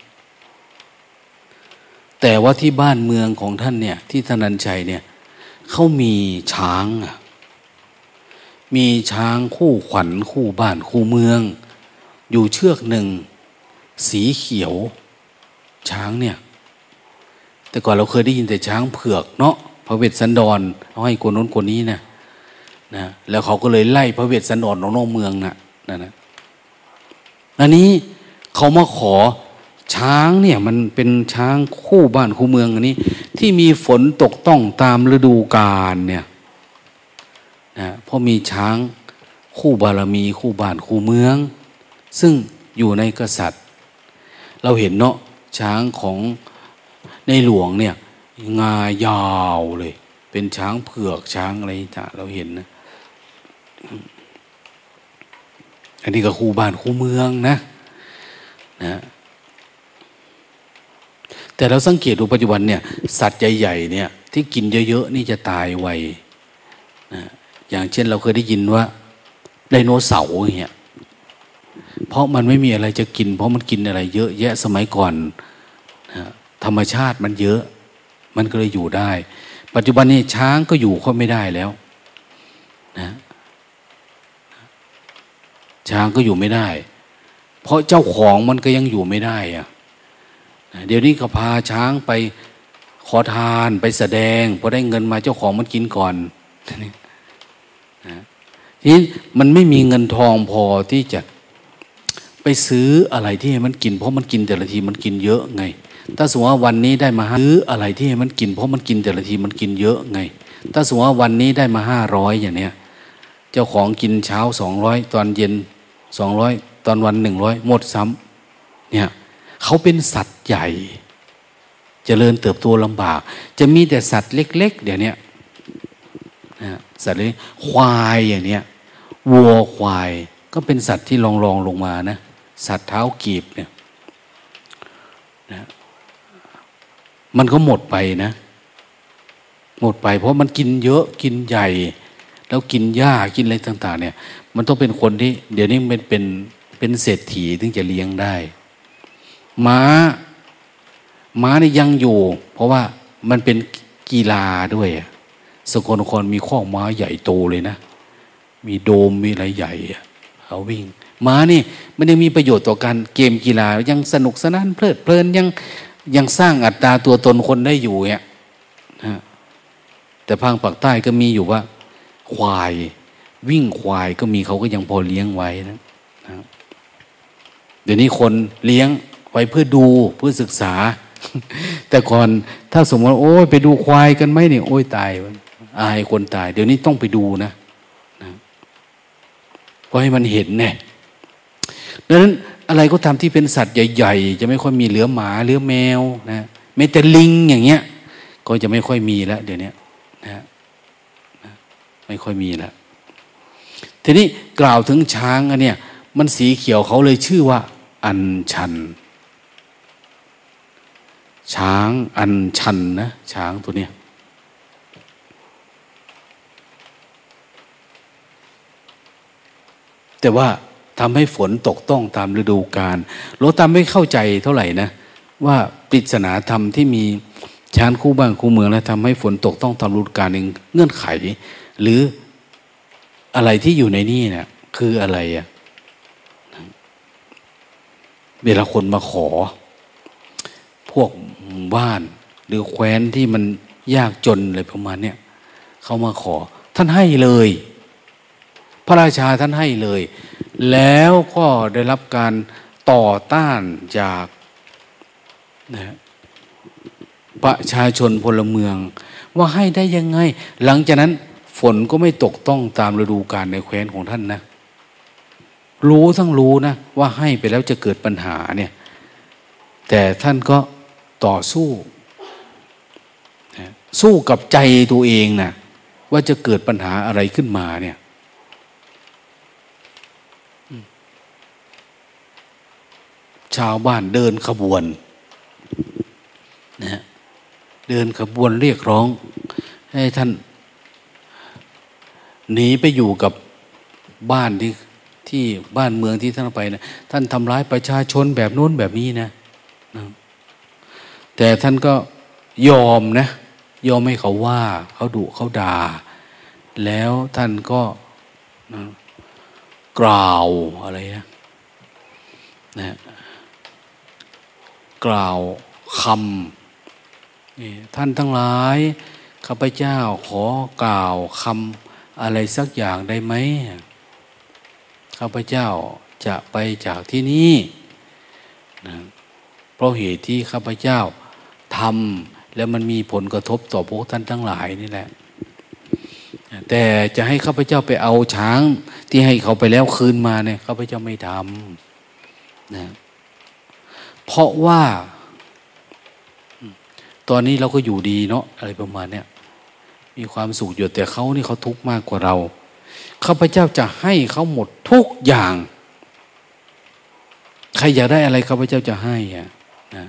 แต่ว่าที่บ้านเมืองของท่านเนี่ยที่ธนัญชัยเนี่ยเขามีช้างอ่ะมีช้างคู่ขวัญคู่บ้านคู่เมืองอยู่เชือกหนึ่งสีเขียวช้างเนี่ยแต่ก่อนเราเคยได้ยินแต่ช้างเผือกเนาะพระเวสสันดรเอาให้คนโน้นคนนี้นะนะแล้วเขาก็เลยไล่พระเวสสันดรออกนอกเมืองนะนั่นนะอันนี้เขามาขอช้างเนี่ยมันเป็นช้างคู่บ้านคู่เมืองอันนี้ที่มีฝนตกต้องตามฤดูกาลเนี่ยนะเพราะมีช้างคู่บารมีคู่บ้านคู่เมืองซึ่งอยู่ในกษัตริย์เราเห็นเนาะช้างของในหลวงเนี่ยงายาวเลยเป็นช้างเผือกช้างอะไรต่างเราเห็นนะอันนี้ก็คู่บ้านคู่เมืองนะนะแต่เราสังเกตดูปัจจุบันเนี่ยสัตว์ใหญ่ๆเนี่ยที่กินเยอะๆนี่จะตายไวนะอย่างเช่นเราเคยได้ยินว่าไดโนเสาร์เนี่ยเพราะมันไม่มีอะไรจะกินเพราะมันกินอะไรเยอะแยะสมัยก่อนนะธรรมชาติมันเยอะมันก็เลยอยู่ได้ปัจจุบันนี้ช้างก็อยู่ก็ไม่ได้แล้วนะช้างก็อยู่ไม่ได้เพราะเจ้าของมันก็ยังอยู่ไม่ได้อะเดี๋ยวนี้ก็พาช้างไปขอทานไปแสดงพอได้เงินมาเจ้าของมันกินก่อนทีนี้มันไม่มีเงินทองพอที่จะไปซื้ออะไรที่ให้มันกินเพราะมันกินแต่ละทีมันกินเยอะไงถ้าสมมติว่าวันนี้ได้มาซื้ออะไรที่ให้มันกินเพราะมันกินแต่ละทีมันกินเยอะไงถ้าสมมติว่าวันนี้ได้มาห้าร้อยอย่างเนี้ยเจ้าของกินเช้าสองร้อยตอนเย็นสองร้อยตอนวันหนึ่งร้อยหมดซ้ำเนี่ยเขาเป็นสัตว์ใหญ่เจริญเติบโตลำบากจะมีแต่สัตว์เล็กๆเดี๋ยวนี้นะสัตว์เล็กควายอย่างเนี้ยวัวควายก็เป็นสัตว์ที่รองรองลงมานะสัตว์เท้ากีบเนี่ยนะมันก็หมดไปนะหมดไปเพราะมันกินเยอะกินใหญ่แล้วกินหญ้ากินอะไรต่างๆเนี่ยมันต้องเป็นคนที่เดี๋ยวนี้มันเป็นเป็นเศรษฐีถึงจะเลี้ยงได้ม้าม้านี่ยังอยู่เพราะว่ามันเป็นกีฬาด้วยสกลนครมีข้อกม้าใหญ่โตเลยนะมีโดมมีอะไรใหญ่เขาวิ่งม้านี่มันยังมีประโยชน์ต่อการเกมกีฬายังสนุกสนานเพลิดเพลินยังยังสร้างอัตราตัวตนคนได้อยู่เนี่ยนะแต่ภาคปากใต้ก็มีอยู่ว่าควายวิ่งควายก็มีเขาก็ยังพอเลี้ยงไว้นะนะเดี๋ยวนี้คนเลี้ยงไว้เพื่อดูเพื่อศึกษาแต่ก่อนถ้าสมมติโอ้ยไปดูควายกันไหมเนี่ยโอ้ยตายอายคนตายเดี๋ยวนี้ต้องไปดูนะนะเพราะให้มันเห็นแน่ดังนั้นอะไรก็ทำที่เป็นสัตว์ใหญ่ๆจะไม่ค่อยมีเหลือหมาเหลือแมวนะแม้แต่ลิงอย่างเงี้ยก็จะไม่ค่อยมีแล้วเดี๋ยวนี้นะไม่ค่อยมีแล้วทีนี้กล่าวถึงช้างอันเนี้ยมันสีเขียวเขาเลยชื่อว่าอัญชันช้างอัญชันนะช้างตัวเนี้ยแต่ว่าทำให้ฝนตกต้องตามฤดูกาลโลตามไม่เข้าใจเท่าไหร่นะว่าปริศนาธรรมที่มีช้างคู่บ้านคู่เมืองแล้วทำให้ฝนตกต้องตามฤดูกาลเองเงื่อนไขหรืออะไรที่อยู่ในนี่เนี่ยคืออะไรอะเวลาคนมาขอพวกบ้านหรือแคว้นที่มันยากจนอะไรประมาณเนี้ยเขามาขอท่านให้เลยพระราชาท่านให้เลยแล้วก็ได้รับการต่อต้านจากนะประชาชนพลเมืองว่าให้ได้ยังไงหลังจากนั้นฝนก็ไม่ตกต้องตามฤดูกาลในแคว้นของท่านนะรู้ทั้งรู้นะว่าให้ไปแล้วจะเกิดปัญหาเนี่ยแต่ท่านก็ต่อสู้สู้กับใจตัวเองนะว่าจะเกิดปัญหาอะไรขึ้นมาเนี่ยชาวบ้านเดินขบวนนะเดินขบวนเรียกร้องให้ท่านหนีไปอยู่กับบ้านที่ที่บ้านเมืองที่ท่านไปนะท่านทำร้ายประชาชนแบบโน้นแบบนี้นะนะแต่ท่านก็ยอมนะยอมให้เขาว่าเขาดุเขาด่าแล้วท่านก็นะกล่าวอะไรนะนะกล่าวคำนี่ท่านทั้งหลายข้าพเจ้าขอกล่าวคำอะไรสักอย่างได้ไหมข้าพเจ้าจะไปจากที่นี่นะเพราะเหตุที่ข้าพเจ้าทำแล้วมันมีผลกระทบต่อพวกท่านทั้งหลายนี่แหละแต่จะให้ข้าพเจ้าไปเอาช้างที่ให้เขาไปแล้วคืนมาเนี่ยข้าพเจ้าไม่ทำนะเพราะว่าตอนนี้เราก็อยู่ดีเนาะอะไรประมาณเนี้ยมีความสุขอยู่แต่เขานี่เขาทุกข์มากกว่าเราข้าพเจ้าจะให้เขาหมดทุกอย่างใครอยากได้อะไรข้าพเจ้าจะให้อ่ะนะ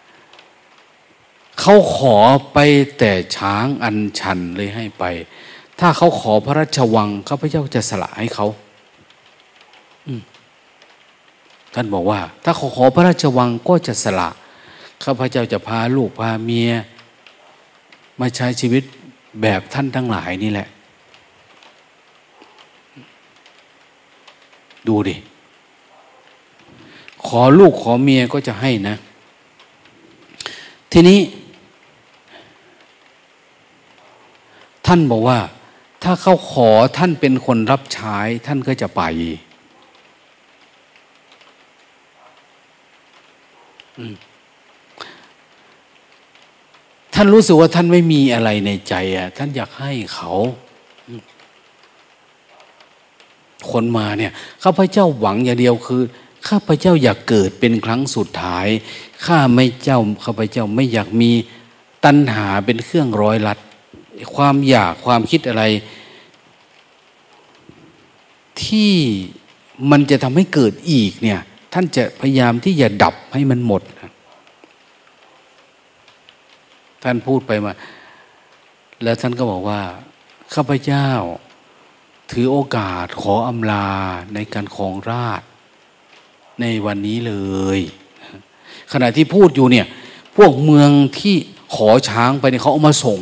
เขาขอไปแต่ช้างอัญชันเลยให้ไปถ้าเขาขอพระราชวังข้าพเจ้าจะสละให้เขาท่านบอกว่าถ้าขอขอพระราชวังก็จะสละข้าพเจ้าจะพาลูกพาเมียมาใช้ชีวิตแบบท่านทั้งหลายนี่แหละดูดิขอลูกขอเมียก็จะให้นะทีนี้ท่านบอกว่าถ้าเขาขอท่านเป็นคนรับใช้ท่านก็จะไปท่านรู้สึกว่าท่านไม่มีอะไรในใจอ่ะท่านอยากให้เขาคนมาเนี่ยข้าพเจ้าหวังอย่างเดียวคือข้าพเจ้าอยากเกิดเป็นครั้งสุดท้ายข้าไม่เจ้าข้าพเจ้าไม่อยากมีตัณหาเป็นเครื่องร้อยลัดความอยากความคิดอะไรที่มันจะทำให้เกิดอีกเนี่ยท่านจะพยายามที่จะดับให้มันหมดท่านพูดไปมาแล้วท่านก็บอกว่าข้าพเจ้าถือโอกาสขออำลาในการครองราชย์ในวันนี้เลยขณะที่พูดอยู่เนี่ยพวกเมืองที่ขอช้างไปเนี่ยเขาเอามาส่ง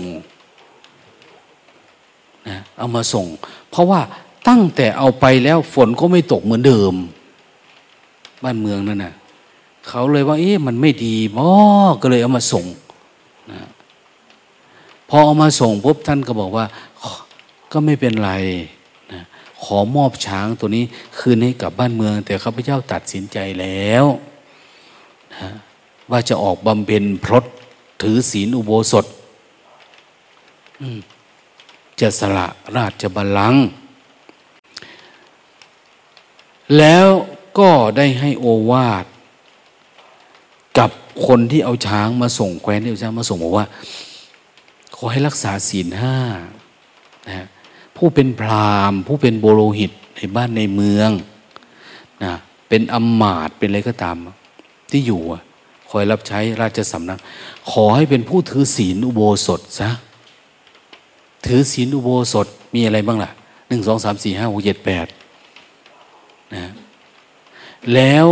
นะเอามาส่งเพราะว่าตั้งแต่เอาไปแล้วฝนก็ไม่ตกเหมือนเดิมบ้านเมืองนั่นน่ะเขาเลยว่าเอ๊ะมันไม่ดีบ่ก็เลยเอามาส่งนะพอเอามาส่งปุ๊บท่านก็บอกว่าก็ไม่เป็นไรนะขอมอบช้างตัวนี้คืนให้กับบ้านเมืองแต่ข้าพเจ้าตัดสินใจแล้วนะว่าจะออกบำเพ็ญพรตถือศีลอุโบสถจะสละราชบัลลังก์แล้วก็ได้ให้โอวาทกับคนที่เอาช้างมาส่งแคว้นที่เอาช้างมาส่งบอกว่าขอให้รักษาศีลห้านะผู้เป็นพราหมณ์ผู้เป็นโบโรหิตในบ้านในเมืองนะเป็นอำมาตย์เป็นอะไรก็ตามที่อยู่คอยรับใช้ราชสำนักขอให้เป็นผู้ถือศีลอุโบสถซะถือศีลอุโบสถมีอะไรบ้างล่ะหนึ่งสองสามสี่ห้าหกเจ็ดแปดนะแล้ว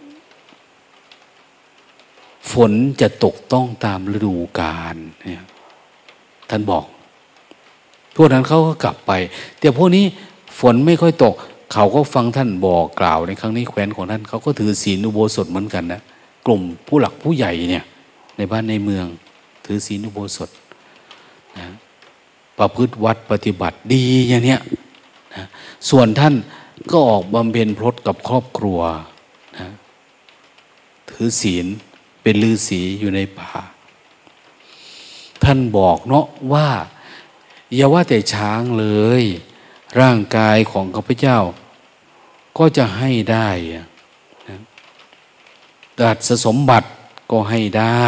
ฝนจะตกต้องตามฤดูกาลเนี่ยท่านบอกพวกนั้นเขาก็กลับไปแต่พวกนี้ฝนไม่ค่อยตกเขาก็ฟังท่านบอกกล่าวในครั้งนี้แคว้นของท่านเขาก็ถือศีลอุโบสถเหมือนกันนะกลุ่มผู้หลักผู้ใหญ่เนี่ยในบ้านในเมืองถือศีลอุโบสถนะประพฤติวัดปฏิบัติดีอย่างเนี้ยนะส่วนท่านก็ออกบำเพ็ญพรตกับครอบครัวนะถือศีลเป็นฤาษีอยู่ในป่าท่านบอกเนาะว่าอย่าว่าแต่ช้างเลยร่างกายของข้าพเจ้าก็จะให้ได้นะราชสมบัติก็ให้ได้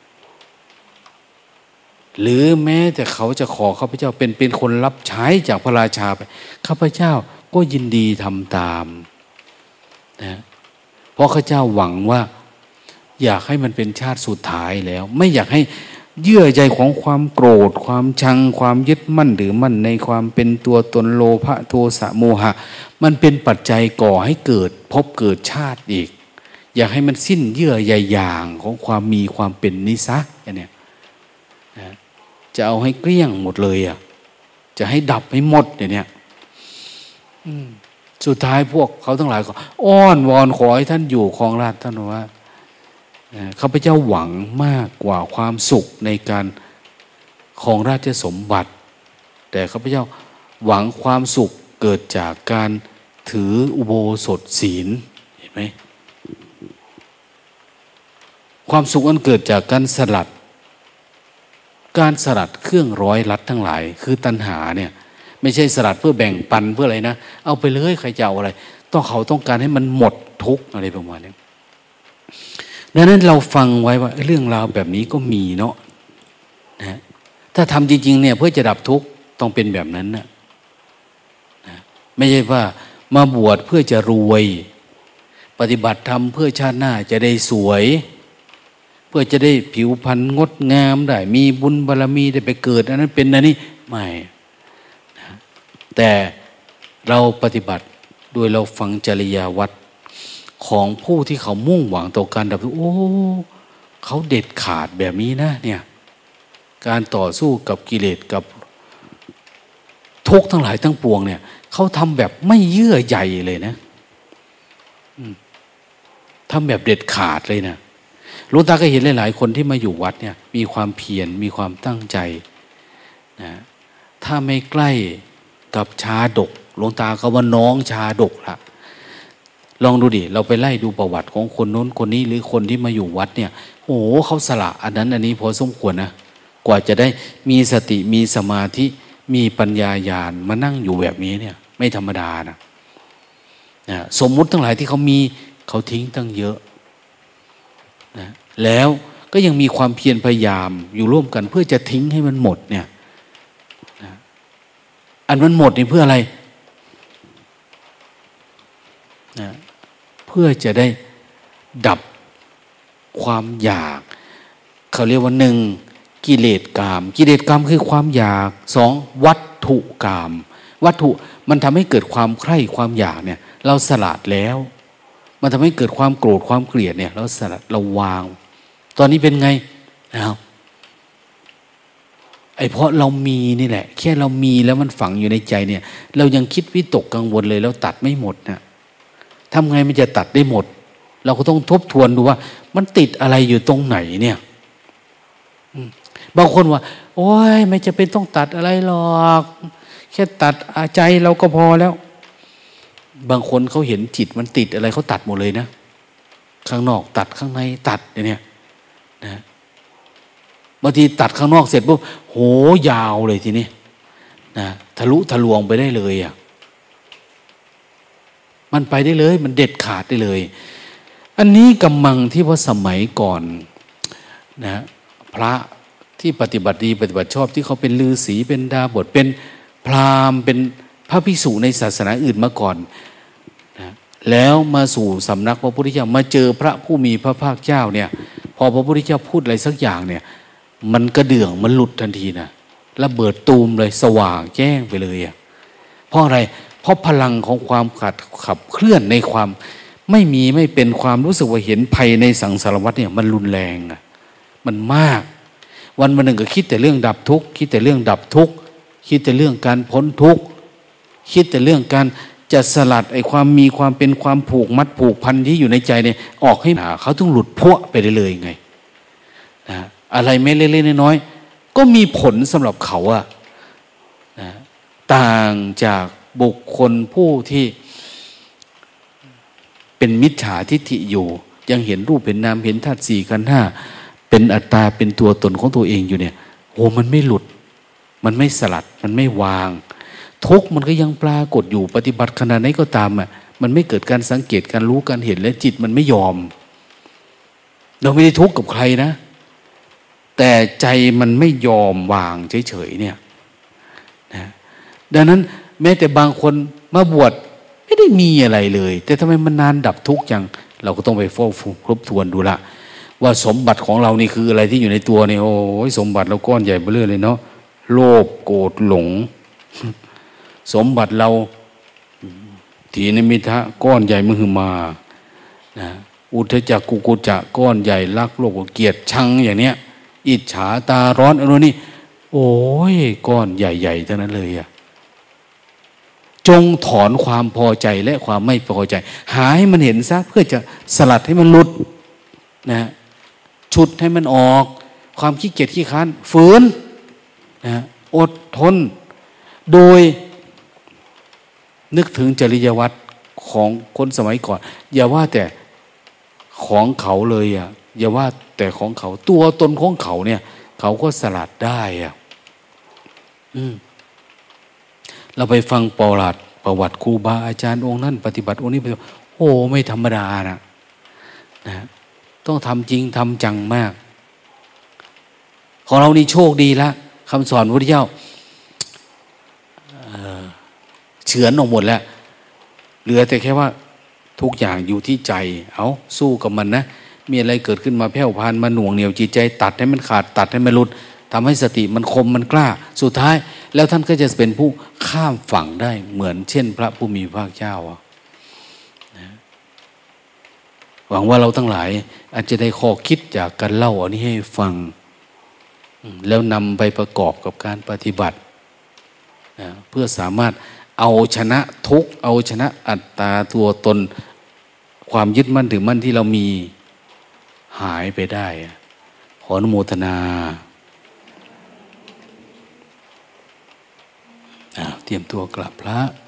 หรือแม้แต่เขาจะขอข้าพเจ้าเป็นเป็นคนรับใช้จากพระราชาไปข้าพเจ้าก็ยินดีทำตามนะเพราะข้าพเจ้าหวังว่าอยากให้มันเป็นชาติสุดท้ายแล้วไม่อยากให้เยื่อใยของความโกรธความชังความยึดมั่นหรือมั่นในความเป็นตัวตนโลภะโทสะโมหะมันเป็นปัจจัยก่อให้เกิดพบเกิดชาติอีกอยากให้มันสิ้นเยื่อใยอย่างของความมีความเป็นนิซะอย่างเนี้ยจะเอาให้เกลี้ยงหมดเลยอ่ะจะให้ดับให้หมดอย่างเนี้ยสุดท้ายพวกเขาทั้งหลายก็อ้อนวอนขอให้ท่านอยู่ครองราชย์ท่านว่าข้าพเจ้าหวังมากกว่าความสุขในการครองราชสมบัติแต่ข้าพเจ้าหวังความสุขเกิดจากการถืออุโบสถศีลเห็นไหมความสุขอันเกิดจากการสลัดการสลัดเครื่องร้อยลัดทั้งหลายคือตัณหาเนี่ยไม่ใช่สลัดเพื่อแบ่งปันเพื่ออะไรนะเอาไปเลยใครจะเอาอะไรต้องเขาต้องการให้มันหมดทุกข์อะไรประมาณนี้ดังนั้นเราฟังไว้ว่าเรื่องราวแบบนี้ก็มีเนาะนะถ้าทำจริงๆเนี่ยเพื่อจะดับทุกข์ต้องเป็นแบบนั้นนะนะไม่ใช่ว่ามาบวชเพื่อจะรวยปฏิบัติธรรมเพื่อชาติหน้าจะได้สวยเพื่อจะได้ผิวพรรณงดงามได้มีบุญบารมีได้ไปเกิดอันนั้นเป็นอันนี้ไม่นะแต่เราปฏิบัติโดยเราฟังจริยวัตรของผู้ที่เขามุ่งหวังต่อการดับทุกข์โอ้เขาเด็ดขาดแบบนี้นะเนี่ยการต่อสู้กับกิเลสกับทุกข์ทั้งหลายทั้งปวงเนี่ยเขาทำแบบไม่เยื่อใยเลยนะทำแบบเด็ดขาดเลยนะหลวงตาก็เห็นหลายๆคนที่มาอยู่วัดเนี่ยมีความเพียรมีความตั้งใจนะถ้าไม่ใกล้กับชาดกหลวงตาก็ว่าน้องชาดกละลองดูดิเราไปไล่ดูประวัติของคนโน้นคนนี้หรือคนที่มาอยู่วัดเนี่ยโอ้โหเขาสละอันนั้นอันนี้พอสมควรนะกว่าจะได้มีสติมีสมาธิมีปัญญาญาณมานั่งอยู่แบบนี้เนี่ยไม่ธรรมดานะนะสมมุติทั้งหลายที่เขามีเขาทิ้งตั้งเยอะนะแล้วก็ยังมีความเพียรพยายามอยู่ร่วมกันเพื่อจะทิ้งให้มันหมดเนี่ยนะอันมันหมดนี่เพื่ออะไรนะเพื่อจะได้ดับความอยากเขาเรียกว่าหนึ่งกิเลสกามกิเลสกามคือความอยากสองวัตถุกามวัตถุมันทำให้เกิดความใคร่ความอยากเนี่ยเราสลัดแล้วมันทำให้เกิดความโกรธความเกลียดเนี่ยเราสลัดเราวางตอนนี้เป็นไงเอาไอ้เพราะเรามีนี่แหละแค่เรามีแล้วมันฝังอยู่ในใจเนี่ยเรายังคิดวิตกกังวลเลยแล้วตัดไม่หมดนะทำไงมันจะตัดได้หมดเราก็ต้องทบทวนดูว่ามันติดอะไรอยู่ตรงไหนเนี่ยบางคนว่าโอ้ยไม่จะเป็นต้องตัดอะไรหรอกแค่ตัดใจเราก็พอแล้วบางคนเขาเห็นจิตมันติดอะไรเขาตัดหมดเลยนะข้างนอกตัดข้างในตัดเนี่ยนะบางทีตัดข้างนอกเสร็จปุ๊บโหยาวเลยทีนี้นะทะลุทะลวงไปได้เลยอ่ะมันไปได้เลยมันเด็ดขาดได้เลยอันนี้กำมังที่ว่าสมัยก่อนนะพระที่ปฏิบัติดีปฏิบัติชอบที่เขาเป็นฤาษีเป็นดาบทเป็นพราหมณ์เป็นพระภิกษุในศาสนาอื่นมาก่อนนะแล้วมาสู่สำนักพระพุทธเจ้ามาเจอพระผู้มีพระภาคเจ้าเนี่ยพอพระพุทธเจ้าพูดอะไรสักอย่างเนี่ยมันกระเดื่องมันหลุดทันทีนะระเบิดตูมเลยสว่างแจ้งไปเลยอ่ะเพราะอะไรเพราะพลังของความขัดขับเคลื่อนในความไม่มีไม่เป็นความรู้สึกว่าเห็นภัยในสังสารวัฏเนี่ยมันรุนแรงอ่ะมันมากวันวันหนึ่งก็คิดแต่เรื่องดับทุกข์คิดแต่เรื่องดับทุกข์คิดแต่เรื่องการพ้นทุกข์คิดแต่เรื่องการจะสลัดไอ้ความมีความเป็นความผูกมัดผูกพันที่อยู่ในใจเนี่ยออกให้หนาเขาต้องหลุดพ้วไปได้เลยไงนะอะไรไม่เล็กๆน้อยๆก็มีผลสำหรับเขาอะนะต่างจากบุคคลผู้ที่เป็นมิจฉาทิฏฐิอยู่ยังเห็นรูปเห็นนามเห็นธาตุสี่ขันธ์ห้าเป็นอัตตาเป็นตัวตนของตัวเองอยู่เนี่ยโอ้มันไม่หลุดมันไม่สลัดมันไม่วางทุกข์มันก็ยังปรากฏอยู่ปฏิบัติขนาดไหนก็ตามอ่ะมันไม่เกิดการสังเกตการรู้การเห็นและจิตมันไม่ยอมเราไม่ได้ทุกข์กับใครนะแต่ใจมันไม่ยอมวางเฉยๆเนี่ยนะดังนั้นแม้แต่บางคนมาบวชไม่ได้มีอะไรเลยแต่ทำไมมันนานดับทุกข์จังเราก็ต้องไปเฝ้าทบทวนดูละว่าสมบัติของเรานี่คืออะไรที่อยู่ในตัวนี่โอ้ยสมบัติเราก้อนใหญ่เบ้อเร่อเลยเนาะโลภโกรธหลงสมบัติเราถีนมิทะก้อนใหญ่มหึมานะอุทจักกุกุจักก้อนใหญ่รักโลภเกลียดชังอย่างเนี้ยอิจฉาตาร้อนอะไรนี่โอ้ยก้อนใหญ่ๆทั้งนั้นเลยอะจงถอนความพอใจและความไม่พอใจหาให้มันเห็นซะเพื่อจะสลัดให้มันหลุดนะฉุดให้มันออกความขี้เกียจขี้ค้านฝืนนะอดทนโดยนึกถึงจริยวัตรของคนสมัยก่อนอย่าว่าแต่ของเขาเลยอ่ะอย่าว่าแต่ของเขาตัวตนของเขาเนี่ยเขาก็สลัดได้อ่ะอืมเราไปฟังประวัติประวัติครูบาอาจารย์องค์นั้นปฏิบัติองค์นี้โอ้ไม่ธรรมดานะนะต้องทำจริงทำจังมากของเรานี่โชคดีละคำสอนพระพุทธเจ้าเฉือนออกหมดแล้วเหลือแต่แค่ว่าทุกอย่างอยู่ที่ใจเอาสู้กับมันนะมีอะไรเกิดขึ้นมาแผ่วพานมาหน่วงเหนี่ยวจิตใจตัดให้มันขาดตัดให้มันหลุดทำให้สติมันคมมันกล้าสุดท้ายแล้วท่านก็จะเป็นผู้ข้ามฝั่งได้เหมือนเช่นพระผู้มีพระภาคเจ้าหวังว่าเราทั้งหลายอาจจะได้ข้อคิดจากการเล่าอันนี้ให้ฟังแล้วนำไปประกอบกับการปฏิบัตินะเพื่อสามารถเอาชนะทุกข์เอาชนะอัตตาตัวตนความยึดมั่นถือมั่นที่เรามีหายไปได้ขออนุโมทนาเตรียมตัวกลับพระ